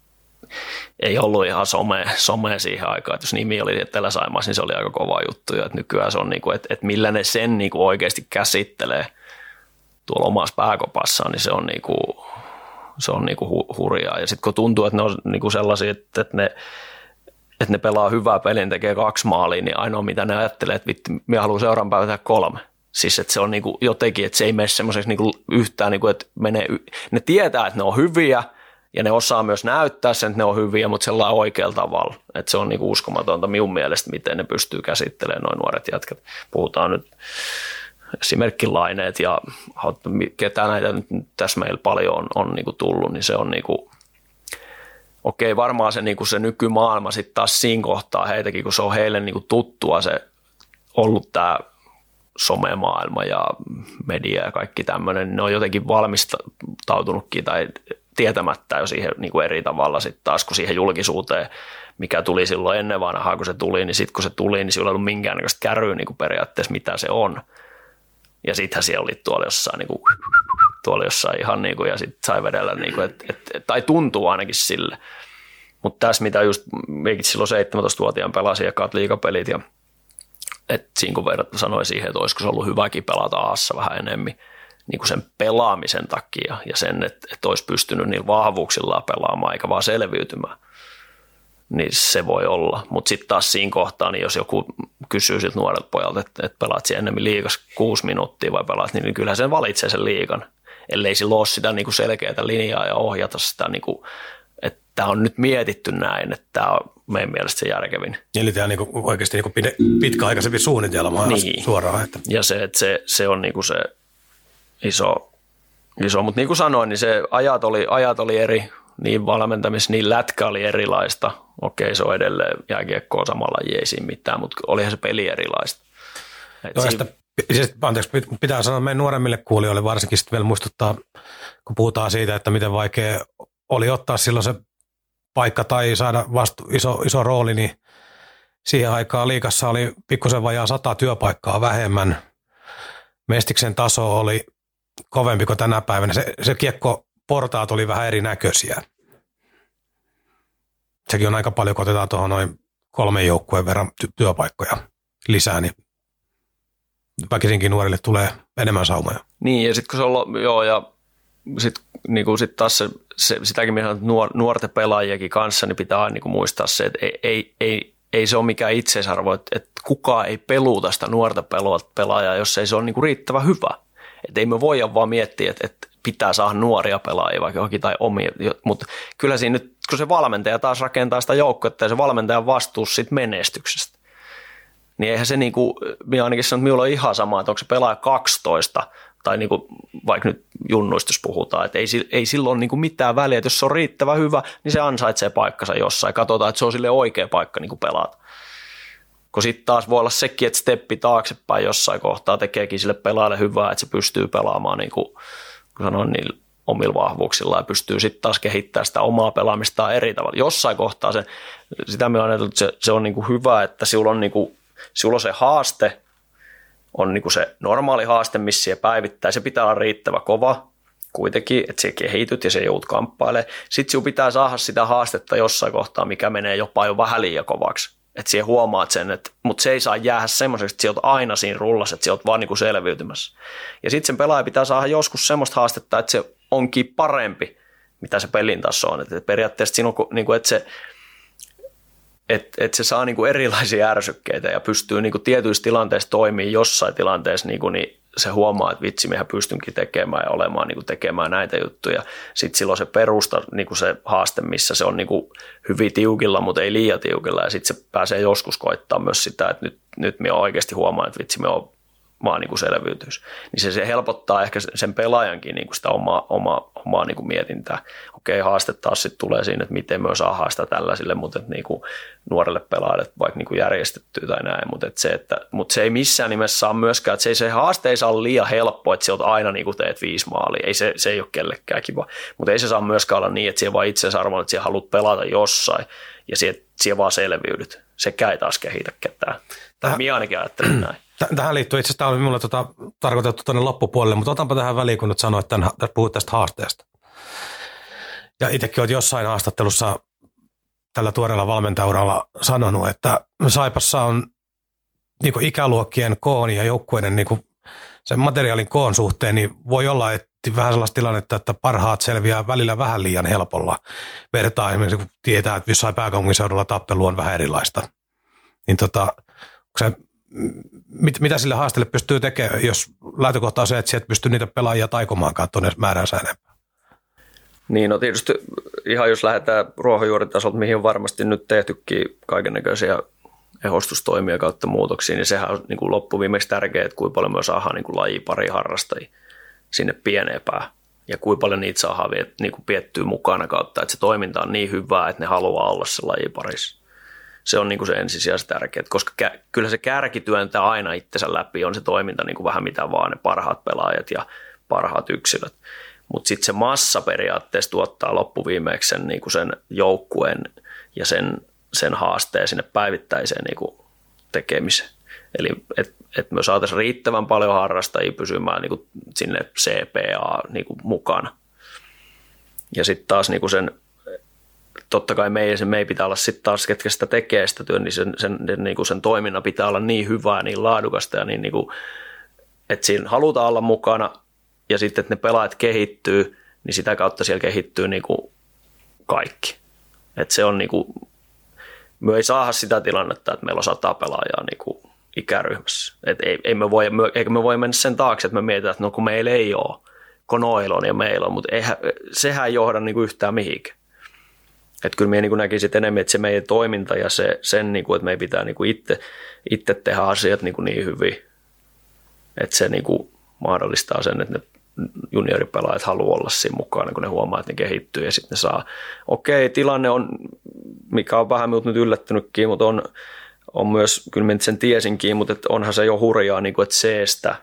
S3: ei ollut ihan some siihen aikaan, että jos nimi oli Etelä-Saimaassa, niin se oli aika kova juttu, ja että nykyään se on, niinku, että millä ne sen niinku oikeasti käsittelee tuolla omassa pääkopassaan, niin se on niinku hurjaa, ja sitten kun tuntuu, että ne on niinku sellaisia, että ne pelaa hyvää peliä, tekee 2 maalia, niin ainoa mitä ne ajattelee, että vittu, minä haluan seuraavan päivän tehdä 3. Siis että se on niinku jotenkin, että se ei mene semmoiseksi niinku yhtään, niinku, että ne tietää, että ne on hyviä ja ne osaa myös näyttää sen, että ne on hyviä, mutta sellainen oikealla tavalla. Että se on niinku uskomatonta minun mielestä, miten ne pystyy käsittelemään nuo nuoret jätkät. Puhutaan nyt esimerkiksi Laineet ja ketä näitä nyt tässä meillä paljon on niinku tullut, niin se on niinku okei, varmaan se, niinku se nykymaailma sitten taas siinä kohtaa heitäkin, kun se on heille niinku tuttua se ollut tämä somemaailma ja media ja kaikki tämmöinen, niin ne on jotenkin valmistautunutkin tai tietämättä jo siihen niinku eri tavalla sitten taas, kun siihen julkisuuteen, mikä tuli silloin ennen vanhaa, kun se tuli, niin sitten kun se tuli, niin sillä ei ollut minkäännäköistä kärryä niinku periaatteessa, mitä se on. Ja sittenhän siellä oli tuolla jossain niinku tuolla jossain ihan niin kuin, ja sitten sai vedellä, niin kuin, tai tuntuu ainakin sille. Mutta tässä mitä just meikin silloin 17-vuotiaan pelasin ekat liigapelit, ja että siinä kun sanoin siihen, että olisiko se ollut hyväkin pelata Aassa vähän enemmän niin kuin sen pelaamisen takia ja sen, että olisi pystynyt niillä vahvuuksillaan pelaamaan eikä vaan selviytymään, niin se voi olla. Mutta sitten taas siinä kohtaa, niin jos joku kysyy siltä nuorelta pojalta, että pelaat siellä enemmän liigas 6 minuuttia vai pelaat, niin kyllähän sen valitsee sen liigan, ellei sillä ole sitä niin kuin selkeää linjaa ja ohjata sitä, niin kuin, että tämä on nyt mietitty näin, että tämä on meidän mielestä se järkevin.
S4: Eli tämä on niin oikeasti niin pitkäaikaisempi suunnitelma niin. Suoraan. Että.
S3: Ja se, että se on niin kuin se iso, mutta niin kuin sanoin, niin se ajat oli eri, niin valmentamissa, niin lätkä oli erilaista. Okei, se on edelleen jääkiekkoa samalla laji, ei siinä mitään, mutta olihan se peli erilaista.
S4: Anteeksi, pitää sanoa meidän nuoremmille kuulijoille varsinkin sitten vielä muistuttaa, kun puhutaan siitä, että miten vaikea oli ottaa silloin se paikka tai saada iso rooli, niin siihen aikaan liigassa oli pikkusen vajaa 100 työpaikkaa vähemmän. Mestiksen taso oli kovempi kuin tänä päivänä. Se kiekkoportaat oli vähän erinäköisiä. Sekin on aika paljon, kun otetaan tuohon noin 3 joukkueen verran työpaikkoja lisää, niin väkisinkin nuorille tulee enemmän saumoja. Niin,
S3: ja sitten kun se on, joo, ja sitten niin sit taas sitäkin minä nuorten pelaajiakin kanssa, niin pitää aina niin muistaa se, että ei se ole mikään itseisarvo, että kukaan ei peluuta sitä nuorta pelaajaa, jos ei se ole niin riittävän hyvä. Että ei me voida vaan miettiä, että pitää saada nuoria pelaajia vaikka johonkin tai omia, mutta kyllä siinä nyt, kun se valmentaja taas rakentaa sitä joukkuetta ja se valmentajan vastuus siitä menestyksestä, niin eihän se niin kuin, minä ainakin sanon, että minulla on ihan sama, että onko se pelaaja 12 tai niin kuin, vaikka nyt junnuista jos puhutaan, että ei silloin niin kuin mitään väliä, että jos se on riittävän hyvä, niin se ansaitsee paikkansa jossain. Katsotaan, että se on sille oikea paikka niin kuin pelata. Kun sitten taas voi olla sekin, että steppi taaksepäin jossain kohtaa tekeekin sille pelaajalle hyvää, että se pystyy pelaamaan niin kuin sanoin, niin omilla vahvuuksilla ja pystyy sitten taas kehittämään sitä omaa pelaamistaan eri tavalla. Jossain kohtaa sitä me on ajatellut, että se on niin kuin hyvä, että sinulla on se haaste, on niin kuin se normaali haaste, missä se päivittää. Se pitää olla riittävä kova kuitenkin, että se kehityt ja se joudut kamppailemaan. Sitten sinun pitää saada sitä haastetta jossain kohtaa, mikä menee jopa jo vähän liian kovaksi. Että siihen huomaat sen, mutta se ei saa jäädä semmoiseksi, että sinä olet aina siinä rullassa, että sinä olet vaan niin kuin selviytymässä. Ja sitten sen pelaaja pitää saada joskus semmoista haastetta, että se onkin parempi, mitä se pelin taso on. Että periaatteessa siinä on, niin kuin, että se saa niin kuin erilaisia ärsykkeitä ja pystyy niin kuin tietyissä tilanteissa toimimaan jossain tilanteessa, niin se huomaa, että vitsi, mehän pystynkin tekemään ja olemaan niin kuin tekemään näitä juttuja. Sitten silloin se perusta, niin kuin se haaste, missä se on niin kuin hyvin tiukilla, mutta ei liian tiukilla. Ja sitten se pääsee joskus koittaa myös sitä, että nyt me oikeasti huomaan, että vitsi, me on vaan niin kuin selviytyys. Niin se helpottaa ehkä sen pelaajankin niin kuin sitä omaa niin kuin mietintää. Okei, haaste taas sitten tulee siinä, että miten me osaa haastaa tällaisille, mutta niin kuin nuorelle pelaajalle vaikka niin kuin järjestettyä tai näin. Mutta se ei missään nimessä saa myöskään, että se haaste ei saa olla liian helppo, että sieltä aina niin kuin teet 5 maalia. Ei se ei ole kellekään kiva. Mutta ei se saa myöskään olla niin, että siellä vaan itseisarvoon, että siellä haluat pelata jossain ja siellä vaan selviydyt. Sekään ei taas kehitä ketään. Tai minä ainakin ajattelen näin.
S4: Tähän liittyy itse asiassa, tämä oli minulle tarkoitettu tuonne loppupuolelle, mutta otanpa tähän väliin, kun nyt sanoit, että puhuit tästä haasteesta. Ja itsekin olet jossain haastattelussa tällä tuoreella valmentajauralla sanonut, että Saipassa on niin kuin ikäluokkien koon ja joukkueiden niin kuin sen materiaalin koon suhteen, niin voi olla, että vähän sellaista tilannetta, että parhaat selviää välillä vähän liian helpolla vertaa. Esimerkiksi kun tietää, että jossain pääkaupunkiseudulla tappelu on vähän erilaista. Niin mitä sille haasteelle pystyy tekemään, jos lähtökohta on se, että sieltä pystyy niitä pelaajia taikomaankaan tuonne määränsä enempää?
S3: Niin, no tietysti ihan jos lähdetään ruohonjuuritasolta, mihin on varmasti nyt tehtykin kaikennäköisiä ehostustoimia kautta muutoksia, niin sehän on niin kuin loppuviimeksi tärkeää, että kuinka paljon me saadaan niin kuin lajipariin harrastajia sinne pieneen päähän. Ja kuinka paljon niitä saadaan niin kuin piettyä mukana kautta, että se toiminta on niin hyvää, että ne haluaa olla se lajiparissa. Se on niin kuin se ensisijaisesti tärkeää, koska kyllä se kärki työntää aina itsensä läpi, on se toiminta niin kuin vähän mitä vaan, ne parhaat pelaajat ja parhaat yksilöt. Mutta sitten se massa periaatteessa tuottaa loppuviimeksi sen, niin kuin sen joukkueen ja sen haasteen sinne päivittäiseen niin kuin tekemiseen. Eli että me saataisiin riittävän paljon harrastajia pysymään niin kuin sinne CPA niin kuin mukana. Ja sitten taas niin kuin totta kai me ei pitää olla sitten taas, ketkä sitä tekee sitä työn, niin sen toiminnan pitää olla niin hyvää, niin laadukasta ja niin kuin, että siinä halutaan olla mukana ja sitten, että ne pelaajat kehittyy, niin sitä kautta siellä kehittyy niin kuin kaikki. Että se on niin kuin, me ei saada sitä tilannetta, että meillä on 100 pelaajaa niin kuin ikäryhmässä. Että eikä me voi mennä sen taakse, että me mietitään, että no kun meillä ei ole, kun noilla on ja meillä on, mutta sehän ei johda niin kuin yhtään mihinkään. Että kyllä minä niin näkisin enemmän, että se meidän toiminta ja sen, niin kuin, että meidän pitää niin kuin itse tehdä asiat niin hyvin, että se niin kuin mahdollistaa sen, että ne junioripelaajat haluaa olla siinä mukana, kun ne huomaa, että ne kehittyy ja sitten ne saa. Okei, tilanne on, mikä on vähän minut nyt yllättynytkin, mutta on myös, kyllä minä sen tiesinkin, mutta että onhan se jo hurjaa, niin kuin, että C:stä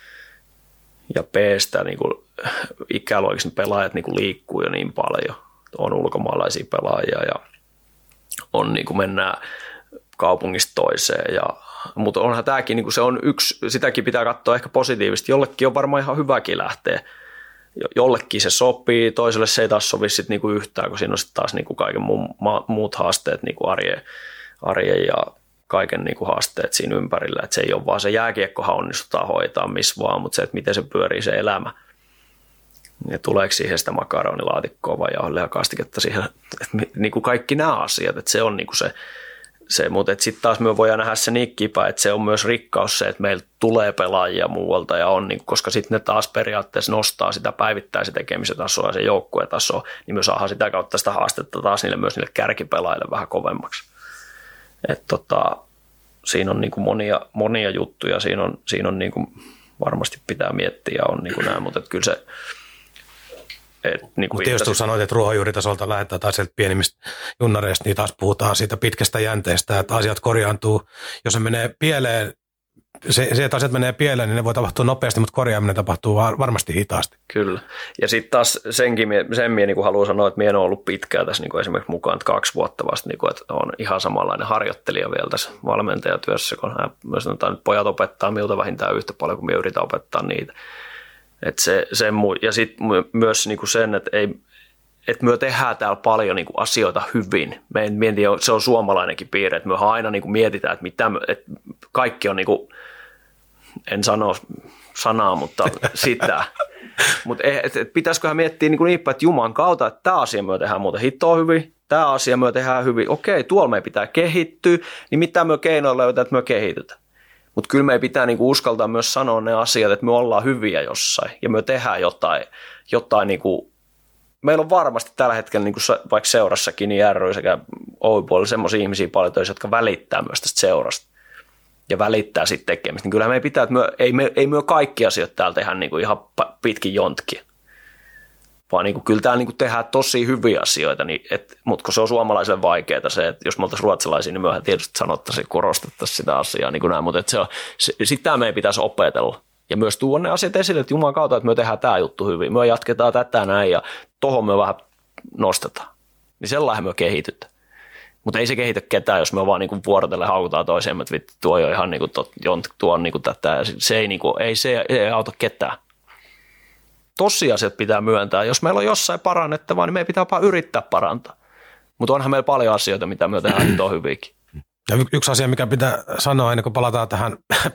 S3: ja B:stä niin kuin ikäluokiksi pelaajat niin kuin liikkuu jo niin paljon. On ulkomaalaisia pelaajia ja on niin kuin mennään kaupungista toiseen. Mutta onhan tämäkin, niin kuin se on yksi, sitäkin pitää katsoa ehkä positiivisesti. Jollekin on varmaan ihan hyväkin lähteä. Jollekin se sopii, toiselle se ei taas sovi sit niin kuin yhtään, kun siinä on sitten taas niin kuin kaiken muut haasteet, niin kuin arjen ja kaiken niin kuin haasteet siinä ympärillä. Et se ei ole vaan se jääkiekkohan onnistutaan hoitaa missä vaan, mutta se, että miten se pyörii se elämä. Ja tuleeko siihen sitä makaronilaatikkoa vai jauhelihakastiketta siihen, että niin kuin kaikki nämä asiat, että se on niin kuin se mutta sitten taas me voidaan nähdä se nikkipä, että se on myös rikkaus se, että meillä tulee pelaajia muualta ja on, niin, koska sitten ne taas periaatteessa nostaa sitä päivittäisen tekemisen tasoa ja se joukkuetasoa, niin me saadaan sitä kautta sitä haastetta taas myös niille kärkipelaajille vähän kovemmaksi. Että siinä on niin kuin monia juttuja, siinä on niin kuin varmasti pitää miettiä ja on niin kuin näin, mutta kyllä se niin
S4: mutta jos sanoit, että ruohonjuuritasolta lähdetään tai sieltä pienimmistä junnareista, niin taas puhutaan siitä pitkästä jänteestä, että asiat korjaantuu. Jos se menee pieleen, se että asiat menee pieleen, niin ne voi tapahtua nopeasti, mutta korjaaminen tapahtuu varmasti hitaasti.
S3: Kyllä. Ja sitten taas sen minä niin haluan sanoa, että minä en ole ollut pitkään tässä niin esimerkiksi mukaan 2 vuotta vasta, niin kuin, että on ihan samanlainen harjoittelija vielä tässä valmentajatyössä, kun myös pojat opettaa minulta vähintään yhtä paljon, kuin minä yritän opettaa niitä. Ja sitten myös niinku sen, että me tehdään täällä paljon niinku asioita hyvin. Se on suomalainenkin piirre, että me aina niinku mietitään, että kaikki on, niinku, en sano sanaa, mutta sitä. Mutta pitäisiköhän miettiä niin päin, että Jumalan kautta, että tämä asia me tehdään muuten hittoa hyvin, tämä asia me tehdään hyvin. Okei, tuolla me pitää kehittyä, niin mitä me keinoilla löytää, että me kehitytään. Mutta kyllä me pitää niinku uskaltaa myös sanoa ne asiat, että me ollaan hyviä jossain ja me tehdään jotain niinku, meillä on varmasti tällä hetkellä niinku vaikka seurassakin niin ry sekä Oy-puolella semmoisia ihmisiä paljon töissä, jotka välittää myös tästä seurasta ja välittää siitä tekemistä. Niin kyllä me pitää, että ei me kaikki asiat täällä tehdä niinku ihan pitkin jontkia, vaan niinku, kyllä täällä niinku tehdään tosi hyviä asioita, niin mutta kun se on suomalaisille vaikeaa se, että jos me oltaisiin ruotsalaisia, niin myöhän tietysti sanottaisiin, korostettaisiin sitä asiaa, niin kuin näin, mutta sitä meidän pitäisi opetella. Ja myös tuoda ne asiat esille, että Jumalan kautta, että me tehdään tämä juttu hyvin, me jatketaan tätä näin ja tohon me vähän nostetaan. Niin sellainen me kehitytään. Mutta ei se kehitä ketään, jos me vaan niinku vuorotellen haukutaan toiseen, että vittu, tuo on ihan niinku tuo on niinku tätä ja se ei auta ketään. Tosiasiat pitää myöntää. Jos meillä on jossain parannettavaa, niin meidän pitää vaan yrittää parantaa. Mutta onhan meillä paljon asioita, mitä me tehdään nyt on hyvinkin.
S4: Ja yksi asia, mikä pitää sanoa ennen kuin palataan tähän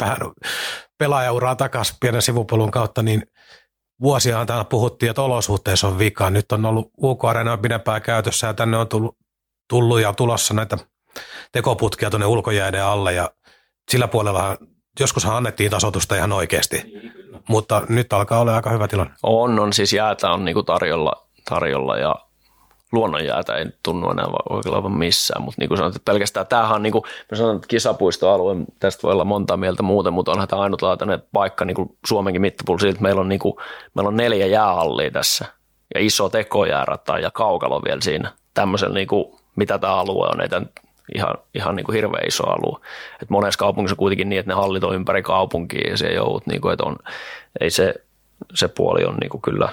S4: pelaajauraan takaisin pienen sivupolun kautta, niin vuosiaan täällä puhuttiin, että olosuhteissa on vika. Nyt on ollut UK-areena pidempään käytössä ja tänne on tullut ja tulossa näitä tekoputkia tuonne ulkojääden alle ja sillä puolella joskushan annettiin tasoitusta ihan oikeasti, mutta nyt alkaa olla aika hyvä tilanne.
S3: On siis jäätä on niinku tarjolla ja luonnonjäätä ei tunnu enää oikein missään, mutta niin kuin sanoit, että pelkästään tämähän on, niin kuin mä sanon, että kisapuistoalue, tästä voi olla monta mieltä muuta, mutta onhan tämä ainutlaatuinen paikka niin kuin Suomenkin mittapuolella siitä, että meillä on 4 jäähallia tässä ja iso tekojäärata ja kaukalo vielä siinä tämmöisellä, niin kuin, mitä tämä alue on, ei tämä ihan niin kuin hirveän iso alue. Et monessa kaupungissa on kuitenkin niin, että ne hallit on ympäri kaupunkia ja se joudut, niin kuin, että ei se puoli on niin kuin kyllä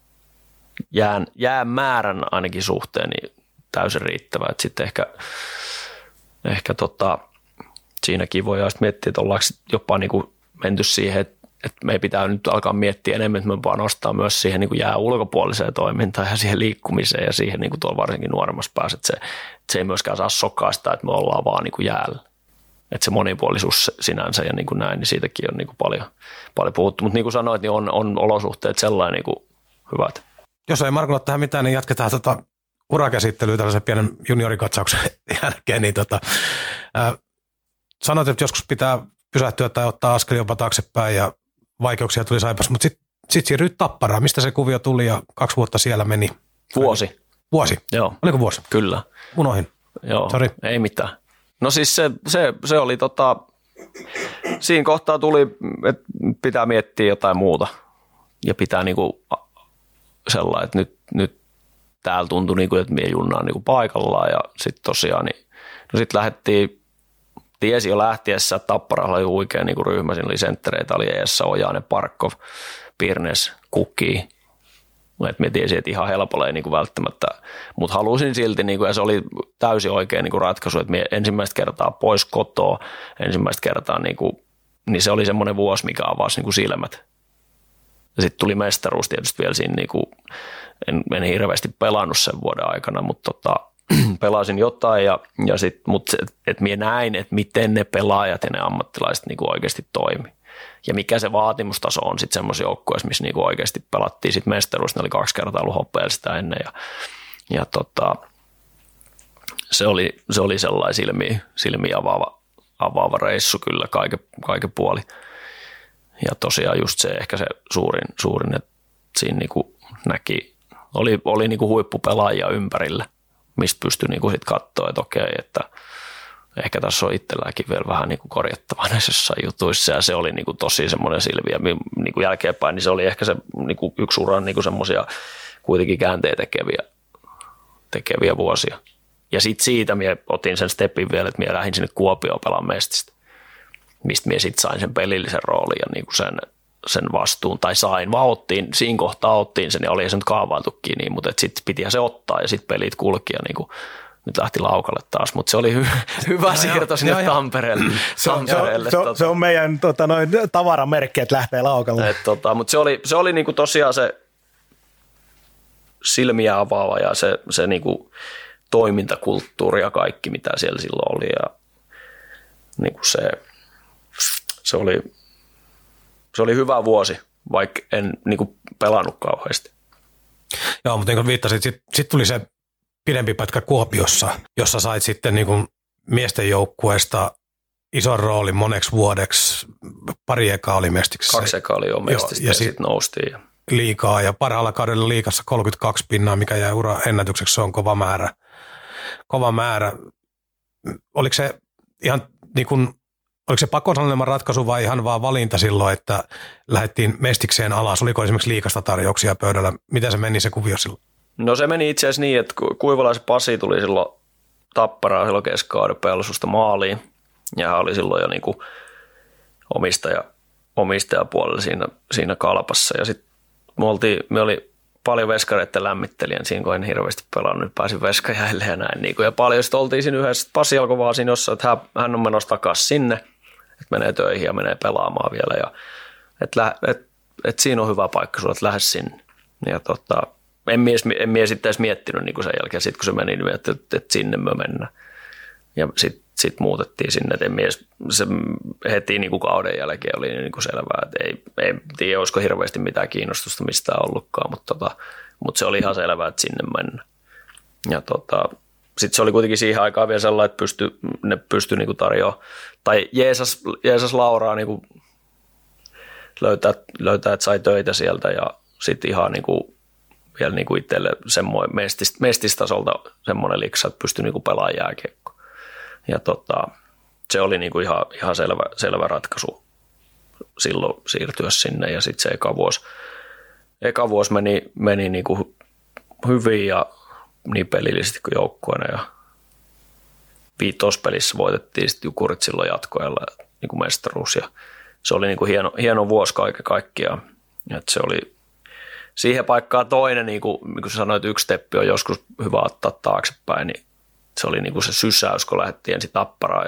S3: jään määrän ainakin suhteen niin täysin riittävä. Sitten ehkä siinäkin voidaan sitten miettiä, että ollaanko jopa niin kuin menty siihen, että meidän pitää nyt alkaa miettiä enemmän, että me panostaa myös siihen niin kuin jää ulkopuoliseen toimintaan ja siihen liikkumiseen ja siihen niin kuin tuolla varsinkin nuoremmassa päässä, että se ei myöskään saa sokaa sitä, että me ollaan vaan niin kuin jäällä. Että se monipuolisuus sinänsä ja niin kuin näin, niin siitäkin on niin kuin paljon puhuttu. Mutta niin kuin sanoit, niin on olosuhteet sellainen niin kuin hyvät.
S4: Jos ei Markulla tähän mitään, niin jatketaan urakäsittelyä tällaisen pienen juniorikatsauksen jälkeen. Niin sanoit, että joskus pitää pysähtyä tai ottaa askel jopa taaksepäin ja vaikeuksia tuli Saipassa, mutta sitten siirryit Tapparaan. Mistä se kuvio tuli ja 2 vuotta siellä meni?
S3: Vuosi.
S4: Vuosi?
S3: Joo.
S4: Oliko vuosi?
S3: Kyllä.
S4: Unohin.
S3: Joo,
S4: Sorry.
S3: Ei mitään. No siis se oli siinä kohtaa tuli, että pitää miettiä jotain muuta ja pitää niinku sellainen, että nyt täällä tuntui niinku, että mie junnaan niinku paikallaan ja sitten tosiaan, niin, no sitten lähdettiin, tiesi jo lähtiessä, että Tapparalla oli huikea niinku ryhmä, siinä oli senttereitä, oli Eessa, Ojanen, Parkov, Pirnes, Kuki. Et me tiesin, että ihan helpolla ei niinku välttämättä, mutta halusin silti, niinku, ja se oli täysin oikein niinku ratkaisu, että ensimmäistä kertaa pois kotoa, ensimmäistä kertaa, niinku, niin se oli semmoinen vuosi, mikä avasi niinku silmät. Ja sitten tuli mestaruus tietysti vielä siinä, niinku, en hirveästi pelannut sen vuoden aikana, mutta pelasin jotain, mutta että minä näin, että miten ne pelaajat ja ne ammattilaiset niinku oikeasti toimi. Ja mikä se vaatimustaso on sitten semmoisessa joukkueessa, missä niinku oikeasti pelattiin sitten mestaruus, ne oli 2 kertaa ollut hopeilla sitä ennen ja se oli sellainen silmiä avaava reissu kyllä kaiken puoli. Ja tosiaan just se ehkä se suurin että siinä niinku näki, oli niinku huippupelaajia ympärillä, mistä pystyi niinku sitten katsoa, että okei, että ehkä tässä on itselläänkin vielä vähän niin kuin korjattavaa näissä jossain jutuissa ja se oli niin kuin tosi semmoinen silmiä niin kuin jälkeenpäin, niin se oli ehkä se niin kuin yksi uran niin kuin semmoisia kuitenkin käänteitä tekeviä vuosia. Ja sitten siitä minä otin sen stepin vielä, että minä lähdin sinne Kuopioon pelaan Mestistä, mistä minä sitten sain sen pelillisen roolin ja niin kuin sen vastuun, tai sain, vaan siinä kohtaa ottiin sen ja oli se nyt kaavailtukin niin, mutta sitten pitihän se ottaa ja sitten pelit kulki ja niin kuin nyt lähti laukalle taas, mutta se oli hyvä siirto sinne Tampereelle.
S1: Se on meidän tavaramerkki, että lähtee laukalle.
S3: Mutta se oli niinku tosiaan se silmiä avaava ja se niinku toimintakulttuuri ja kaikki, mitä siellä silloin oli. Ja niinku se oli hyvä vuosi, vaikka en niinku pelannut kauheasti.
S4: Joo, mutta niin kuin viittasit, sitten tuli se pidempi pätkä Kuopiossa, jossa sait sitten niin kuin miesten joukkueesta ison roolin moneksi vuodeksi. 2 ekaa oli Mestiksessä.
S3: 2 ekaa oli jo Mestistä ja sitten noustiin.
S4: Liigaa ja parhaalla kaudella liigassa 32 pinnaa, mikä jäi ura ennätykseksi, se on kova määrä. Oliko se ihan niin kuin, oliko se pakosanelema ratkaisu vai ihan vaan valinta silloin, että lähdettiin Mestikseen alas? Oliko esimerkiksi liigasta tarjouksia pöydällä? Miten se meni se kuvio silloin? No
S3: se meni itse asiassa niin, että Kuivalaisen Pasi tuli silloin Tapparaan silloin keskikauden Pelsusta maaliin. Ja hän oli silloin jo niin kuin omistajapuolella siinä kalpassa. Ja sitten me oli paljon veskareiden lämmittelijän siinä, kun en hirveästi pelannut, pääsin veskajäille ja näin. Niin ja paljon sitten oltiin siinä yhdessä. Pasi alkoi vaan siinä jossain, että hän on menossa takaisin sinne, että menee töihin ja menee pelaamaan vielä. Ja että siinä on hyvä paikka sulle, että lähde sinne. Ja en mie sitten edes miettinyt niin kuin sen jälkeen, sit kun se meni, niin että sinne me mennään. Ja sitten muutettiin sinne, että se heti niin kuin kauden jälkeen oli niin kuin selvää, että ei tiedä, olisiko hirveästi mitään kiinnostusta mistään ollutkaan, mutta se oli ihan selvää, että sinne mennään. Ja sitten se oli kuitenkin siihen aikaan vielä sellainen, että ne pystyi niin kuin tarjoamaan, tai Jeesus Lauraa niin kuin löytää, että sai töitä sieltä ja sitten ihan niin kuin vielä niin kuin itselle semmoinen mestistasolta semmoinen liksa, että pystyi niin kuin pelaamaan jääkiekko. Ja se oli niin kuin ihan selvä ratkaisu silloin siirtyä sinne ja sitten se eka vuosi meni niin kuin hyvin ja niin pelillisesti kuin joukkueena ja 5. pelissä voitettiin sitten Jukurit silloin jatkoajalla niin kuin mestaruus ja se oli niin kuin hieno vuosi kaiken kaikkiaan. Et se oli siihen paikkaan toinen, niin kuin sä sanoit, yksi steppi on joskus hyvä ottaa taaksepäin, niin se oli niin kuin se sysäys, kun lähdettiin ensin Tapparaan ja sitten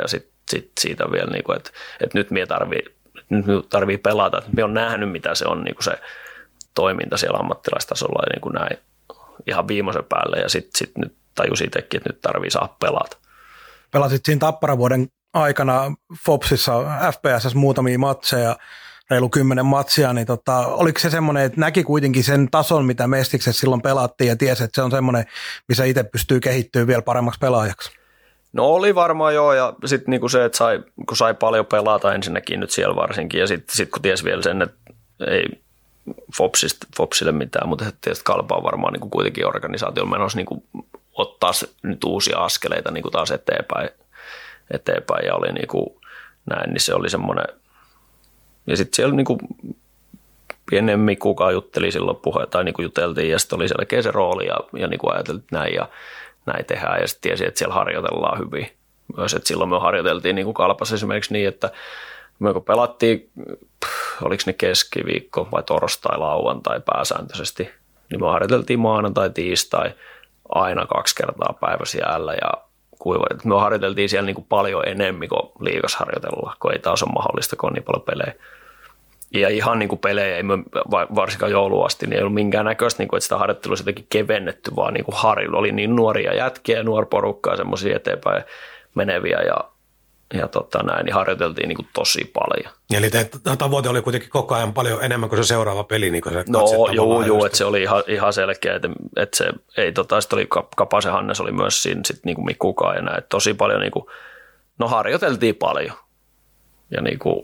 S3: siitä vielä, niin kuin, että nyt minä tarvii pelata, että minä olen nähnyt, mitä se on niin kuin se toiminta siellä ammattilaistasolla ja niin kuin näin ihan viimeisen päälle ja sitten nyt tajusin itsekin, että nyt tarvii saada pelata.
S1: Pelasit siinä Tappara-vuoden aikana Fopsissa FPS:ssä muutamia matseja, reilu 10 matsia, niin oliko se semmoinen, että näki kuitenkin sen tason, mitä Mestiksessä silloin pelattiin ja tiesi, että se on semmoinen, missä itse pystyy kehittymään vielä paremmaksi pelaajaksi?
S3: No oli varmaan joo, ja sitten niinku se, että kun sai paljon pelata ensinnäkin nyt siellä varsinkin, ja sitten kun tiesi vielä sen, että ei Fopsille mitään, mutta tietysti Kalpa on varmaan niinku kuitenkin organisaatiolla menossa niinku ottaa nyt uusia askeleita niinku taas eteenpäin ja oli niinku näin, niin se oli semmoinen. Ja sitten siellä niinku pienen Mikkukaan jutteli silloin tai niinku juteltiin ja sitten oli selkeä se rooli ja niinku ajateltiin, että näin tehdään ja sitten tiesi, että siellä harjoitellaan hyvin. Myös, että silloin me harjoiteltiin niinku Kalpassa esimerkiksi niin, että me kun pelattiin, oliko ne keskiviikko vai torstai, lauantai pääsääntöisesti, niin me harjoiteltiin maanantai, tiistai aina 2 kertaa päivässä jäällä ja me harjoiteltiin siellä niinku paljon enemmän kuin liigassa harjoitellaan, kun ei taas ole mahdollista, kun on niin paljon pelejä. Ja ihan niin kuin pelejä, ei varsinkaan jouluun asti, niin ei ollut minkäännäköistä, niin kuin, että sitä harjoittelua olisi jotenkin kevennetty, vaan niin kuin oli niin nuoria jätkiä ja nuorporukkaa, semmoisia eteenpäin meneviä ja näin, niin harjoiteltiin niin kuin tosi paljon.
S4: Eli tavoite oli kuitenkin koko ajan paljon enemmän kuin se seuraava peli, niin kuin se
S3: joo, että se oli ihan selkeä, että se ei, sitten oli Kapasen Hannes oli myös siinä sitten niin kuin Mikkukaan ja näin, tosi paljon niin kuin, harjoiteltiin paljon ja niin kuin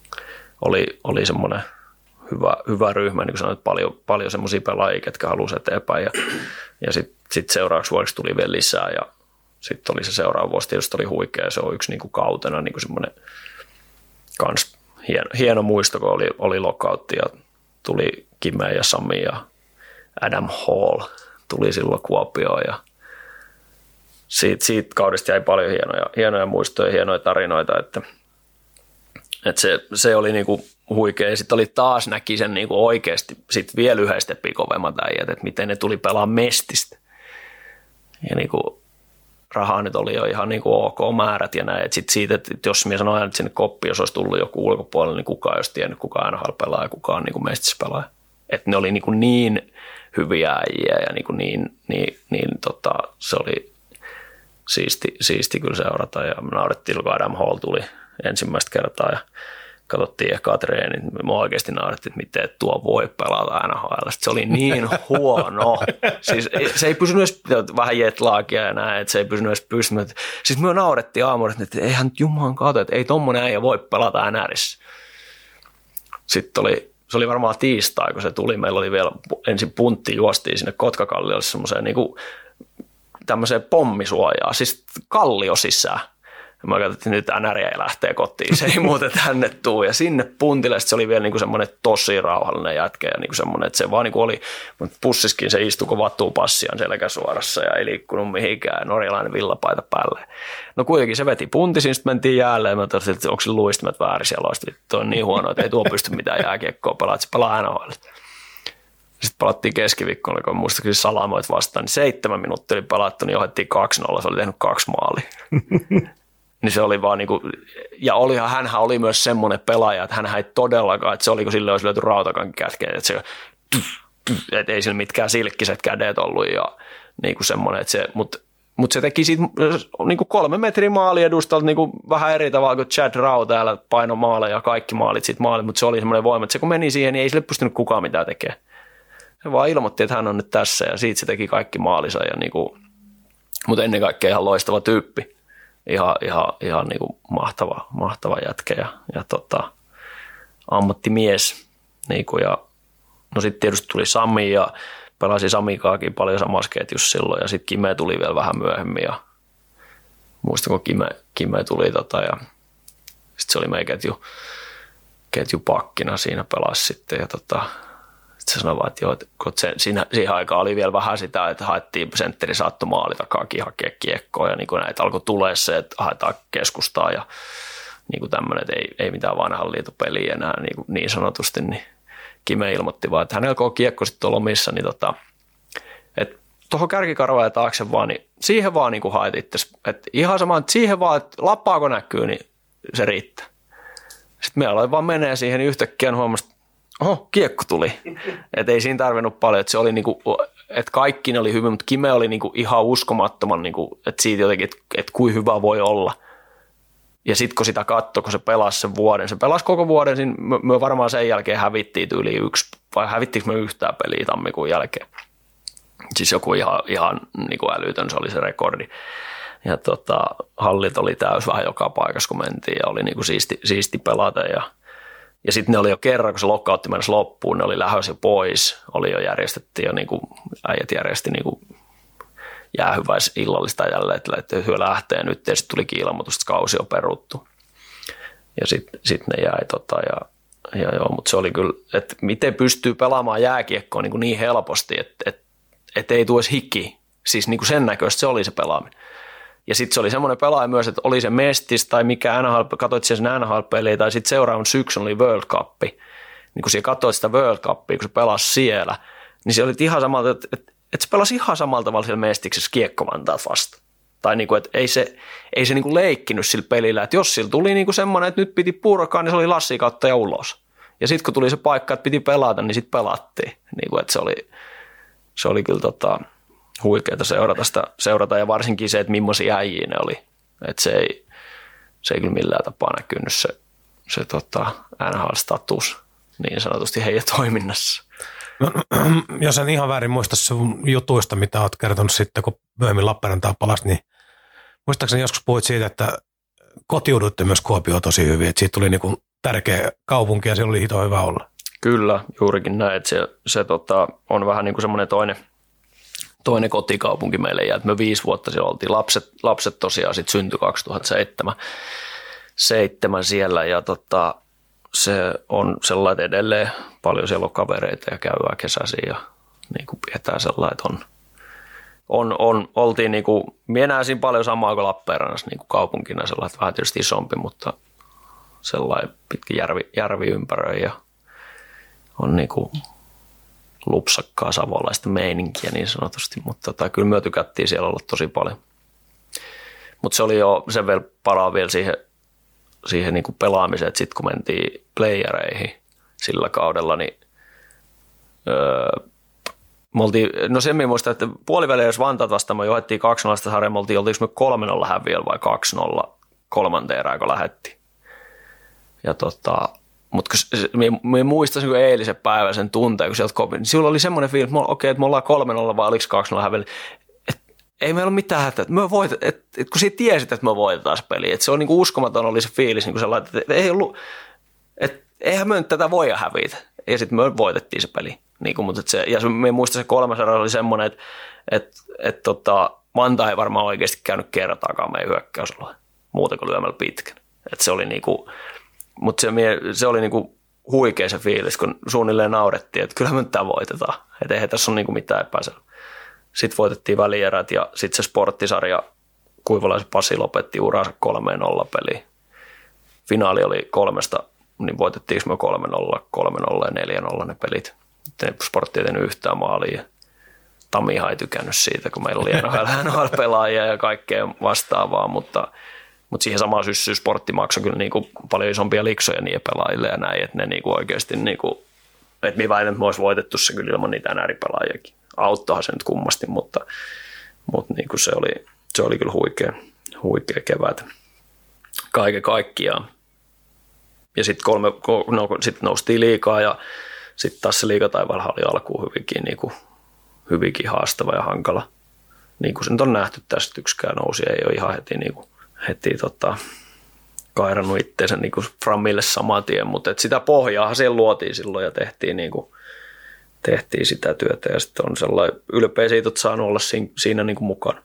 S3: oli semmoinen hyvä ryhmä, niin kuin sanoit, paljon semmoisia pelaajia, ketkä halusivat eteenpäin ja sitten seuraavaksi vuodeksi tuli vielä lisää ja sitten oli se seuraava vuosi, tietysti oli huikea, se on yksi niin kuin kautena niin kuin semmoinen kans hieno muisto, kun oli lockoutti ja tuli Kime ja Sami ja Adam Hall tuli silloin Kuopioon ja siitä kaudesta jäi paljon hienoja muistoja, hienoja tarinoita, että se oli niinku huikea. Ja sitten oli taas näki sen niinku oikeasti sit vielä yhden steppiä kovemmat äijät, että miten ne tuli pelaamaan Mestistä. Ja niinku rahaa nyt oli jo ihan niinku ok määrät ja näin. Sitten siitä, että jos minä sanoin, että sinne koppiin, jos olisi tullut joku ulkopuolella, niin kukaan ei olisi tiennyt, kuka NHL pelaa ja kuka on niinku Mestissä pelaaja. Että ne oli niinku niin hyviä äijä ja niinku se oli siisti kyllä seurata. Ja me naurettiin, kun Adam Hall tuli ensimmäistä kertaa ja katsottiin ekaa treenit. Me oikeasti naurettiin, että miten tuo voi pelata NHL. Se oli niin huono. Siis se ei pysynyt edes, vähän jetlaagia ja näin, että se ei pysynyt edes pystymään. Siis me naurettiin aamulla, että eihän nyt jumalan kautta, että ei tommonen äijä voi pelata NRissä. Sitten se oli varmaan tiistai, kun se tuli. Meillä oli vielä ensin puntti juostiin sinne Kotkakalliolle semmoiseen niinku tämmöiseen pommisuojaan, siis kallio sisään. Ja mä katsoin, että nyt NR lähtee kotiin, se ei muuten tänne tuu. Ja sinne puntille se oli vielä niinku semmoinen tosi rauhallinen jätkä. Ja niinku semmoinen, että se vaan niinku oli, pussiskin se istui kun vattuu passiaan selkäsuorassa ja ei liikkunut mihinkään. Norjalainen villapaita päälle. No kuitenkin se veti puntisin, sitten mentiin jäälle ja mä totesin, että onko se luistimet väärin siellä. Tuo on niin huono, että ei tuo pysty mitään jääkiekkoa pelaa, että se pelaa NHL. Sitten palattiin keskiviikkoon, kun muistakin Salamoit vastaan, niin 7 minuuttia oli pelattu, niin johdettiin 2-0, se oli tehnyt 2 maalia. Niin se oli vaan niinku, ja hänhän oli myös semmoinen pelaaja, että hänhän ei todellakaan, että se oli, kun sille olisi löyty rautakankin kätkeen, että se, että ei sillä mitkään silkkiset kädet ollut ja niinku semmoinen, että se, mutta se teki siitä niinku 3 metrin maali edustalta niinku vähän eri tavalla kuin Chad Rau täällä paino maaleja ja kaikki maalit siitä maalit, mutta se oli semmoinen voima, että se kun meni siihen, niin ei sille pystynyt kukaan mitään tekemään. Se vaan ilmoitti, että hän on nyt tässä ja siitä se teki kaikki maalinsa ja niinku, mutta ennen kaikkea ihan loistava tyyppi. Ihan niinku mahtava jätkä ja ammattimies. Niinku ja, no sitten tietysti tuli Sami ja pelasi Samikaakin paljon samassa ketjussa silloin ja sitten Kime tuli vielä vähän myöhemmin ja muistan kun Kime tuli ja sitten se oli meidän ketjupakkina siinä pelasi sitten ja se sanoi vaan, että joo, kun siihen aikaan oli vielä vähän sitä, että haettiin sentteri saattoi maali takaakin hakea kiekkoa ja niin kuin näitä alkoi tulee se, että haetaan keskustaa ja niin kuin tämmöinen, että ei mitään vanhan liitopeliä enää niin sanotusti, niin Kime ilmoitti vaan, että hänellä kun on kiekko sitten tuolla omissa, niin että tuohon kärkikarvaan taakse vaan, niin siihen vaan niin kuin haet itse. Että ihan sama, että siihen vaan, että lappaako näkyy, niin se riittää. Sitten me aloin vaan menee siihen, niin yhtäkkiä huomasi, oho, kiekko tuli. Että ei siinä tarvinnut paljon, että se oli niinku, että kaikki ne oli hyvin, mutta Kime oli niinku ihan uskomattoman, niinku, että siitä jotenkin, että kuin hyvä voi olla. Ja sitten kun sitä katsoi, kun se pelasi sen vuoden, se pelasi koko vuoden, niin me varmaan sen jälkeen hävittiin yli 1, vai hävittiinkö me yhtään peliä tammikuun jälkeen. Siis joku ihan niinku älytön, se oli se rekordi. Ja hallit oli täys vähän joka paikassa, kun mentiin ja oli niinku siisti pelata. Ja sitten ne oli jo kerran, kun se lokkautti mennessä loppuun, ne oli lähdössä jo pois. Oli jo järjestettiin jo, niinku, äijät järjesti niinku jäähyväisillallista jälleen, että hyö lähtee nyt. Ja sitten tulikin ilmoitus, että kausi on peruttu. Ja sitten ne jäi ja joo, mutta se oli kyllä, että miten pystyy pelaamaan jääkiekkoa niin helposti, että ei tule edes hiki. Siis niin kuin sen näköistä se oli se pelaaminen. Ja sitten se oli semmoinen pelaaja myös, että oli se Mestis tai mikä NHL, katsoit sen NHL-peliä tai sitten seuraavan syksyn oli World Cup. Niin kun siellä katsoit sitä World Cupia, kun se pelasi siellä, niin se oli ihan samalta, että se pelasi ihan samalla tavalla siellä Mestiksessä Kiekko-Vantaat vasta. Tai niin kuin, että ei se niin kuin leikkinyt sillä pelillä, että jos sillä tuli niin kuin semmoinen, että nyt piti purkaa, niin se oli lassia kautta ja ulos. Ja sitten kun tuli se paikka, että piti pelata, niin sitten pelattiin. Niin kuin, että se oli kyllä huikeaa seurata ja varsinkin se, että millaisia äijiä ne oli. Että se ei kyllä millään tapaa näkynyt se NHL-status niin sanotusti heidän toiminnassa.
S4: No, jos en ihan väärin muista sun jutuista, mitä olet kertonut sitten, kun myöhemmin Lappeenrantaa palasi, niin muistaakseni joskus puhuit siitä, että kotiudutte myös Kuopioon tosi hyvin, että siitä tuli niin kuin tärkeä kaupunki ja siellä oli hito hyvä olla. Kyllä,
S3: juurikin näin, että se on vähän niin kuin semmoinen toinen kotikaupunki meille ja että me 5 vuotta siellä oltiin. Lapset tosiaan sitten syntyi 2007 siellä ja se on sellainen edelleen paljon siellä on kavereita ja käydään kesäisiin ja niin kuin pidetään sellainen, että oltiin niin kuin, minä näen siinä paljon samaa kuin Lappeenrannassa niin kuin kaupunkina sellainen, vähän tietysti isompi, mutta sellainen pitkä järvi ympäröi ja on niin kuin lupsakkaa savolaista meininkiä niin sanotusti, mutta kyllä me tykättiin siellä olla tosi paljon. Mutta se oli jo sen vielä palaa vielä siihen niin kuin pelaamiseen, että sitten kun mentiin playereihin sillä kaudella, niin me oltiin, no sen minä muistan, että puolivälissä Vantaat vastaan me johdettiin 2-0 sarjaa, me oltiinko me 3-0 häviöllä vai 2-0 kolmanteen erään, kun lähdettiin. Ja mutta minä muistan kun eilisen päivän sen tunteen, kun sieltä kopin, niin silloin oli semmoinen fiilis, että okei, että me ollaan 3-0 vai oliko 2-0 häviöllä. Ei meillä ole mitään hätää, että kun siitä tiesit, että me voitetaan se peli, että se on niin kuin uskomaton oli se fiilis, niin kuin sellainen, että ei ollut, että eihän me nyt tätä voida hävitä. Ja sitten me voitettiin se peli. Niin kuin, mutta ja me muistan se 3. erä oli semmoinen, että Manta ei varmaan oikeasti käynyt kertaakaan meidän hyökkäysalueen, muuta kuin lyömällä pitkän. Että se oli niin kuin, mutta se oli niin kuin huikea se fiilis, kun suunnilleen naurettiin, että kyllä me nyt tämä voitetaan. Että eihän tässä ole niin kuin mitään epäselvää. Sitten voitettiin välierät ja sitten se sporttisarja Kuivalaisen Pasi lopetti uraansa 3-0 peliin. Finaali oli 3, niin voitettiinko me 3-0, 3-0 ja 4-0 ne pelit. Sportti ei tehnyt yhtään maalia. Tamihan ei tykännyt siitä, kun meillä oli NHL-pelaajia ja kaikkea vastaavaa, mutta siihen samaan syssyyn Sportti maksoi kyllä niin kuin paljon isompia liksoja niille pelaajille ja näin, että ne niin kuin oikeasti, niin kuin, että minä väitän, että me olisi voitettu se kyllä ilman niitä NR-pelaajiakin. Auttohan se nyt kummasti, mutta niin kuin se oli kyllä huikea kevät kaiken kaikkiaan. Ja sitten sit noustiin liigaa ja sitten taas se liigataivaalla oli alkuun hyvinkin haastava ja hankala. Niin kuin se nyt on nähty tästä, yksikään nousi ei ole ihan heti kairannut itseensä niin kuin Frammille saman tien, mutta sitä pohjaahan siellä luotiin silloin ja tehtiin sitä työtä ja sitten on sellainen ylpeä siitä, että saanut olla siinä niin kuin mukana.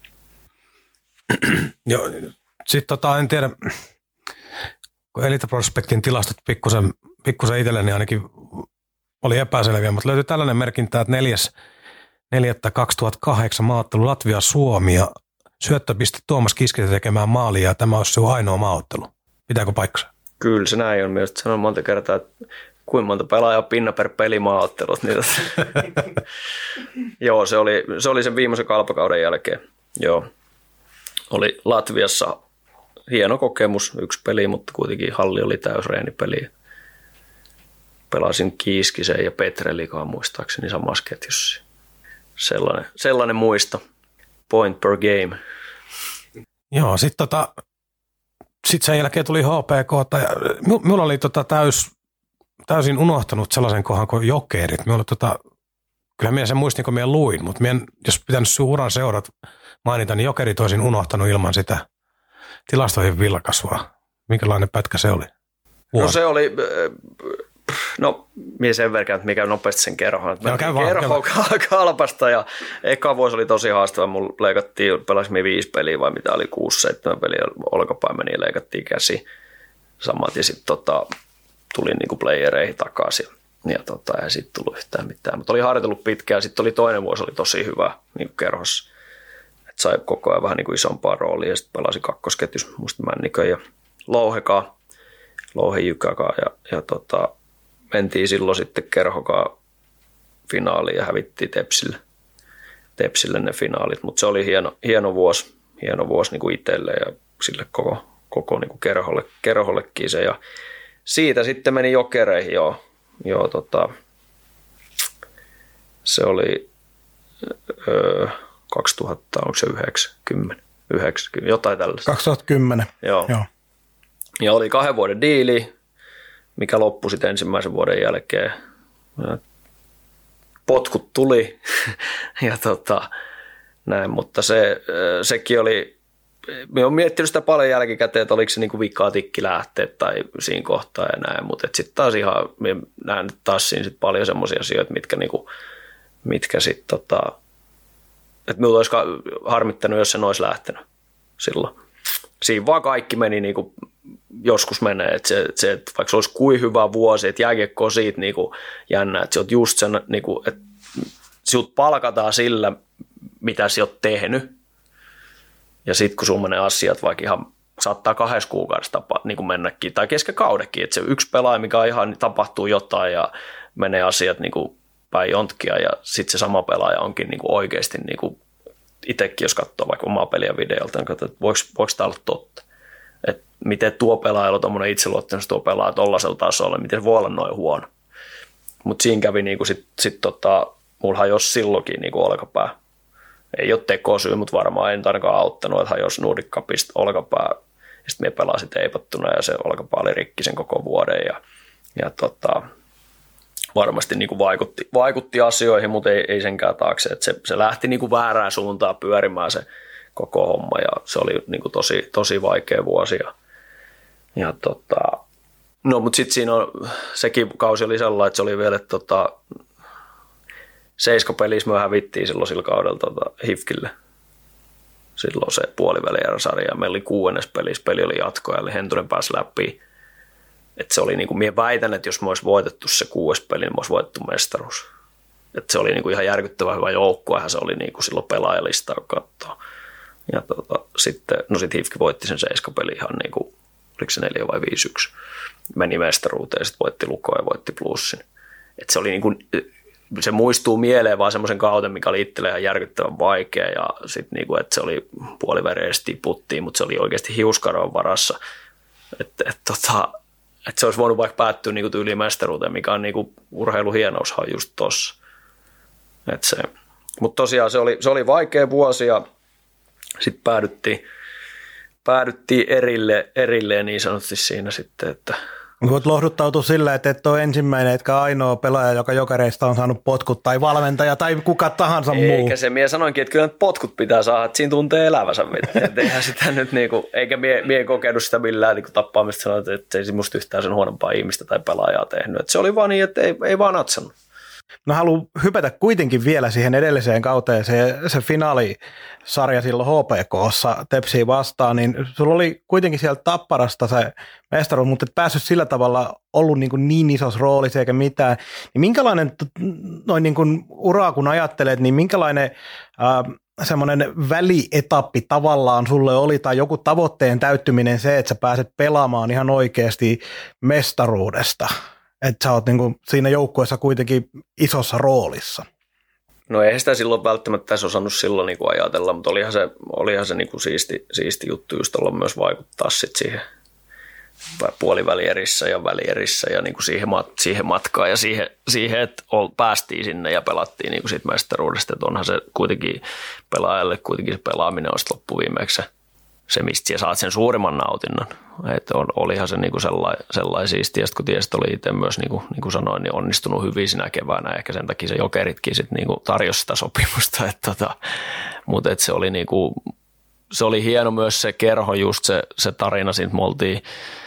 S4: Joo, sitten en tiedä, kun Elite Prospectin tilastot pikkusen itselleni ainakin oli epäselviä, mutta löytyi tällainen merkintä, että 4.4.2008 maaottelu Latvia-Suomi ja syöttöpiste Tuomas Kiskinen tekemään maalia ja tämä olisi sinun ainoa maaottelu. Pitääkö paikkansa?
S3: Kyllä se näin on myös. Sanon monta kertaa, että kuinka monta pelaajaa pinna per peli maaottelut. Niin joo, se oli sen viimeisen kalpakauden jälkeen. Joo. Oli Latviassa hieno kokemus, 1 peli, mutta kuitenkin halli oli täysreenipeli. Pelasin Kiiskisen ja Petrelikaan muistaakseni samassa ketjussa. Sellainen muisto. Point per game.
S4: Joo, sitten sit sen jälkeen tuli HPK. Minulla oli täysin unohtanut sellaisen kohan kuin Jokerit. Kyllä minä sen muistin, kun minä luin, mutta jos pitänyt sinun uran seurat mainita, niin Jokerit olisin unohtanut ilman sitä tilastoihin vilkaisua. Minkälainen pätkä se oli?
S3: No se oli, minä sen verran, että mikä nopeasti sen kerhoon. Kerho Kalpasta ja eka vuosi oli tosi haastava. Mulla pelasimme 5 peliä vai mitä oli 6-7 peliä. Olkapäin meni ja leikattiin käsi. Samat ja sitten tulin niinku playereihin takaisin. Ja ei siitä tullut yhtään mitään. Mutta oli harjoitellut pitkään. Sitten oli toinen vuosi oli tosi hyvä niin kerhossa. Et sai koko ajan vähän niin kuin isompaa roolia. Ja sitten pelasin kakkosketjus musta Männikön ja Louhejykäkaan. Ja mentiin silloin sitten kerhokaan finaaliin ja hävittiin Tepsille ne finaalit. Mutta se oli hieno vuosi niin kuin itselle ja sille koko niin kuin kerhollekin se. Ja siitä sitten meni Jokereihin se oli 2000, onko se 90, jotain tällaista.
S1: 2010.
S3: Joo. Ja oli 2 vuoden diili, mikä loppui sitten ensimmäisen vuoden jälkeen. Potkut tuli ja näin, mutta sekin oli, minä olen miettinyt sitä paljon jälkikäteen, että oliko se niinku vikaa tikki lähteä tai siinä kohtaa ja näin, mutta sitten taas ihan, minä näen taas siinä sit paljon semmoisia asioita, mitkä sitten, että minulta olisi harmittanut, jos se olisi lähtenyt silloin. Siinä vaan kaikki meni niinku, joskus menee, että vaikka se olisi kuin hyvä vuosi, että jääkiekko on siitä niinku jännä, että se on just sen, niinku, että sinut palkataan sillä, mitä sinä olet tehnyt. Ja sitten kun sinulla menee asiat vaikka ihan saattaa 2 kuukaudessa niin kuin mennäkin, tai kesken kaudekin, että se yksi pelaaja, mikä ihan tapahtuu jotain ja menee asiat niin kuin päin jontkia ja sitten se sama pelaaja onkin niin kuin oikeasti, niin kuin itsekin jos katsoo vaikka omaa peliä videolta, niin että voiko tämä olla totta. Että miten tuo pelaaja on tuommoinen itseluottamus, tuo pelaaja tuollaisella tasolla, miten se voi olla noin huono. Mutta siinä kävi niin kuin mulla hajosi silloinkin niin kuin olkapää. Ei ole tekosyy, mutta varmaan en ainakaan auttanut, että hajosi Nordic Cupista olkapää. Ja sitten me pelasin teipattuna ja se olkapää oli rikki sen koko vuoden. Ja varmasti niin kuin vaikutti asioihin, mutta ei senkään taakse. Että se lähti niin kuin väärään suuntaan pyörimään se koko homma ja se oli niin kuin tosi vaikea vuosi. No mutta sitten siinä sekin kausi oli sellainen, että se oli vielä, että 7-pelissä me hävittiin silloin sillä kaudella HIFKille. Silloin se puolivälierä-sarja. Meillä oli 6. pelissä, peli oli jatkoa ja Hentunen pääsi läpi. Et se oli niin kuin, minä väitän, että jos me olisi voitettu se 6. peli, niin me olisi voitettu mestaruus. Et se oli niin kuin ihan järkyttävän hyvä joukkuehan se oli niin kuin silloin pelaajalista, kun katsoo. Ja sitten HIFK voitti sen 7-peli ihan niin kuin, oliko se 4 vai 5-1. Meni mestaruuteen ja sitten voitti Lukon ja voitti Plussin. Et se oli niin kuin, se muistuu mieleen vaan semmoisen kauden, mikä oli itselle ihan järkyttävän vaikea ja sitten niinku, että se oli puolivereisesti tiputtiin, mutta se oli oikeasti hiuskaron varassa. Että se olisi voinut vaikka päättyä niinku tyyliin mestaruuteen, mikä on niinku urheiluhienoushan just tossa. Mutta tosiaan se oli vaikea vuosi ja sitten päädyttiin erilleen niin sanotusti siinä sitten, että
S1: voit lohduttautua sillä, että et ole ensimmäinen, etkä ainoa pelaaja, joka Jokereista on saanut potkut tai valmentaja tai kuka tahansa muu.
S3: Eikä se, minä sanoinkin, että kyllä potkut pitää saada, että siinä tuntee elävänsä. Eihän sitä nyt niinku, eikä mie kokenut sitä millään niinku tappaamista sanoa, että ei musta yhtään sen huonompaa ihmistä tai pelaajaa tehnyt. Et se oli vaan niin, että ei vaan natsannut.
S1: No haluan hypätä kuitenkin vielä siihen edelliseen kauteen, se finaalisarja silloin HPK:ssa Tepsiä vastaan, niin sulla oli kuitenkin sieltä Tapparasta se mestaruus, mutta et päässyt sillä tavalla ollut niin isossa roolissa eikä mitään. Niin minkälainen noin niin kuin uraa kun ajattelet, niin minkälainen semmoinen välietappi tavallaan sulle oli tai joku tavoitteen täyttyminen se, että sä pääset pelaamaan ihan oikeasti mestaruudesta? että sä oot niinku siinä joukkueessa kuitenkin isossa roolissa.
S3: No ei sitä silloin välttämättä tässä osannut silloin niin kuin ajatella, mutta olihan se niin kuin siisti juttu just olla myös vaikuttaa sit siihen puolivälierissä ja välierissä ja niin kuin siihen matkaan ja siihen, että päästiin sinne ja pelattiin niin kuin siitä mestaruudesta. Että onhan se kuitenkin pelaajalle se pelaaminen on loppuviimeksi se, mistä sä saat sen suurimman nautinnon. Että olihan se niin kuin sellainen siistiä, kun tiesit oli itse myös, niin kuin sanoin, niin onnistunut hyvin sinä keväänä. Ehkä sen takia se Jokeritkin sit niin kuin tarjosi sitä sopimusta. Mutta se oli niin kuin, se oli hieno myös se kerho, just se tarina. Siitä me oltiin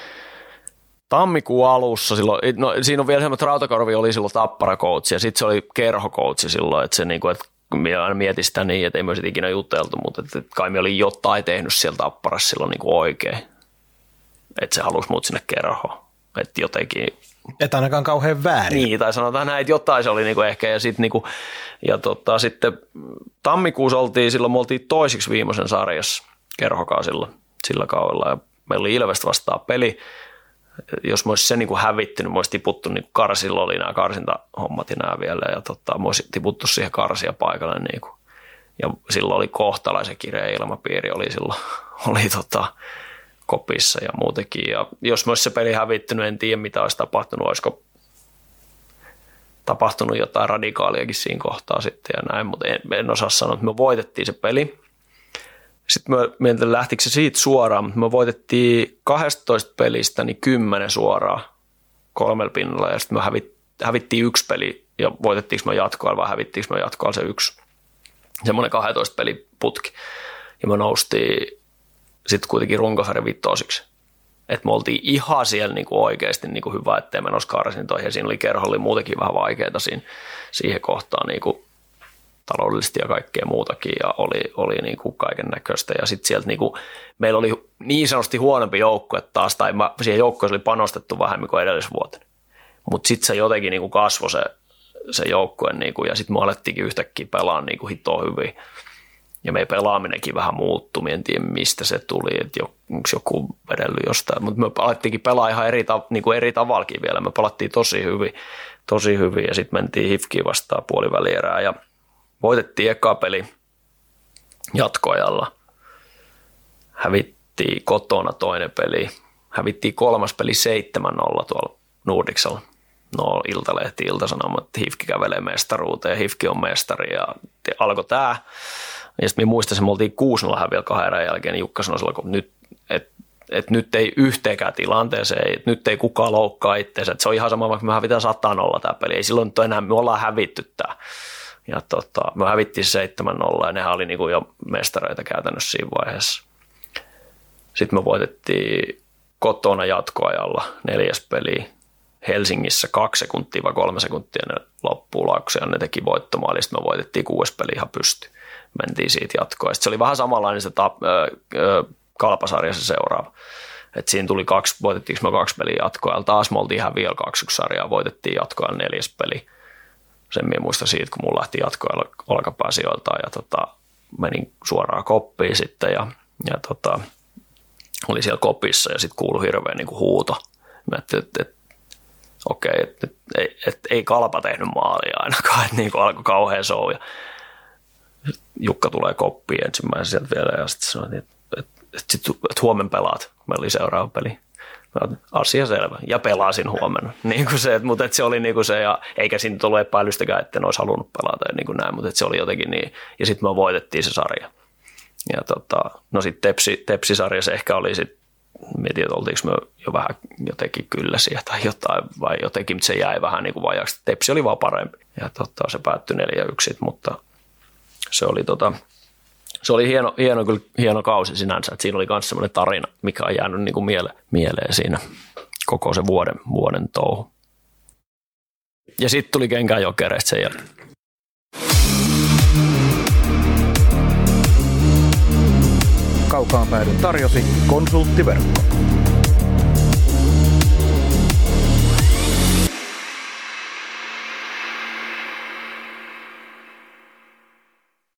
S3: tammikuun alussa silloin, no siinä on vielä semmoinen, että Rautakorvi oli silloin Tappara-coach ja sitten se oli kerho-coach silloin, että se niin kuin, että minä aina mietin sitä niin, että ei me ikinä juteltu, mutta että kai me oli jotain tehnyt siellä Tapparassa silloin niin kuin oikein, että se halusi mut sinne kerhoon, että jotenkin.
S1: Et ainakaan kauhean väärin.
S3: Niin, tai sanotaan näin, että jotain se oli niin kuin ehkä ja sitten niin kuin, ja sitten tammikuussa me oltiin toisiksi viimeisen sarjassa kerhokausilla sillä kaudella ja meillä oli Ilvestä vastaan peli. Jos mä olisin se niin kuin hävittynyt, mä olisin tiputtu, niin karsilla oli nämä karsintahommat ja nämä vielä, ja mä olisin tiputtu siihen karsia paikalle. Niin kuin. Ja silloin oli kohtalaisen kireä ilmapiiri, oli kopissa ja muutenkin. Ja jos mä olisin se peli hävittynyt, en tiedä mitä olisi tapahtunut, olisiko tapahtunut jotain radikaaliakin siinä kohtaa sitten ja näin, mutta en osaa sanoa, että me voitettiin se peli. Sitten me lähtikö se siitä suoraan, mutta me voitettiin 12 pelistä niin 10 suoraan 3 pinnalla ja sitten me hävittiin 1 peli ja voitettiinko me jatkoalla vai hävittiinkö me jatkoalla se 1. Semmoinen 12 peli putki ja me noustiin sitten kuitenkin runkosarjan 5. Että me oltiin ihan siellä niinku oikeasti niinku hyvä, ettei me nousi karsintoihin ja siinä oli kerholla muutenkin vähän vaikeaa siihen kohtaan niinku taloudellisesti ja kaikkea muutakin ja oli niin kuin kaiken näköistä ja sitten sieltä niin kuin, meillä oli niin sanotusti huonompi joukkue taas tai siihen joukkueeseen oli panostettu vähemmän kuin edellisvuotena, mutta sitten se jotenkin niin kuin kasvoi se joukkue niin kuin, ja sitten me alettiinkin yhtäkkiä pelaa niin kuin hitoa hyvin ja meidän pelaaminenkin vähän muuttui, en tiedä mistä se tuli, että onko joku vedellyt jostain, mutta me alettiinkin pelaa ihan eri tavallakin vielä, me pelattiin tosi hyvin ja sitten mentiin HIFKiin vastaan puolivälierää ja voitettiin eka peli jatkoajalla, hävittiin kotona toinen peli, hävittiin 3. peli 7-0 tuolla Nordicsalla. No Iltalehti, Ilta-Sanomat, HIFK kävelee mestaruuteen, HIFK on mestari ja alkoi tämä. Ja sitten minä muistan, että me oltiin 6-0 häviöllä 2 erän jälkeen, niin Jukka sanoi silloin, että nyt ei yhteenkään tilanteeseen, että nyt ei kukaan loukkaa itseensä, että se on ihan sama, vaikka me hävitään 100-0 tämä peli, ei silloin nyt enää, me ollaan hävitty tämä. Ja me hävittiin 7-0 ja nehän oli niinku jo mestareita käytännössä siinä vaiheessa. Sitten me voitettiin kotona jatkoajalla 4. peli Helsingissä 2 sekuntia vai 3 sekuntia ne loppuun lauksia. Ne teki voittomaali, sitten me voitettiin 6. peli ihan pysty. Mentiin siitä jatkoa. Sitten se oli vähän samanlainen se Kalpasarja se seuraava. Et siinä tuli voitettiinko me 2 peliä jatkoajalla. Taas me oltiin häviöllä 2 sarjaa, voitettiin jatkoajalla 4. peli. Sen minä muistan siitä, kun mulla lähti jatkoajalla olkapääsijoiltaan ja menin suoraan koppiin sitten ja oli siellä kopissa ja sitten kuului hirveän niin kuin huuto. Mä ajattelin, että okei, että ei Kalpa tehnyt maalia ainakaan, että niin kuin alkoi kauhean show. Ja Jukka tulee koppiin ensimmäisen sieltä vielä ja sitten sanoi, että huomenna pelaat, kun meillä oli seuraava peli. Asia selvä. Ja pelasin huomenna. Niin kuin se, mutta se oli niin kuin se, ja eikä siinä tullut epäilystäkään, että en olisi halunnut pelata ja niin kuin näin, mutta se oli jotenkin niin. Ja sitten me voitettiin se sarja. Ja no sitten Tepsi-sarjassa ehkä oli sitten, mietin, että oltiinko me jo vähän jotenkin kylläisiä tai jotain, vai jotenkin, mutta se jäi vähän niin kuin vajaksi. Tepsi oli vaan parempi. Ja se päättyi 4-1, mutta se oli hieno kausi sinänsä, että siinä oli myös semmoinen tarina, mikä on jäänyt niin kuin mieleen siinä koko se vuoden touhu. Ja sitten tuli kenkään Jokereista sen jälkeen.
S1: Kaukaan päädyn tarjosi Konsulttiverkko.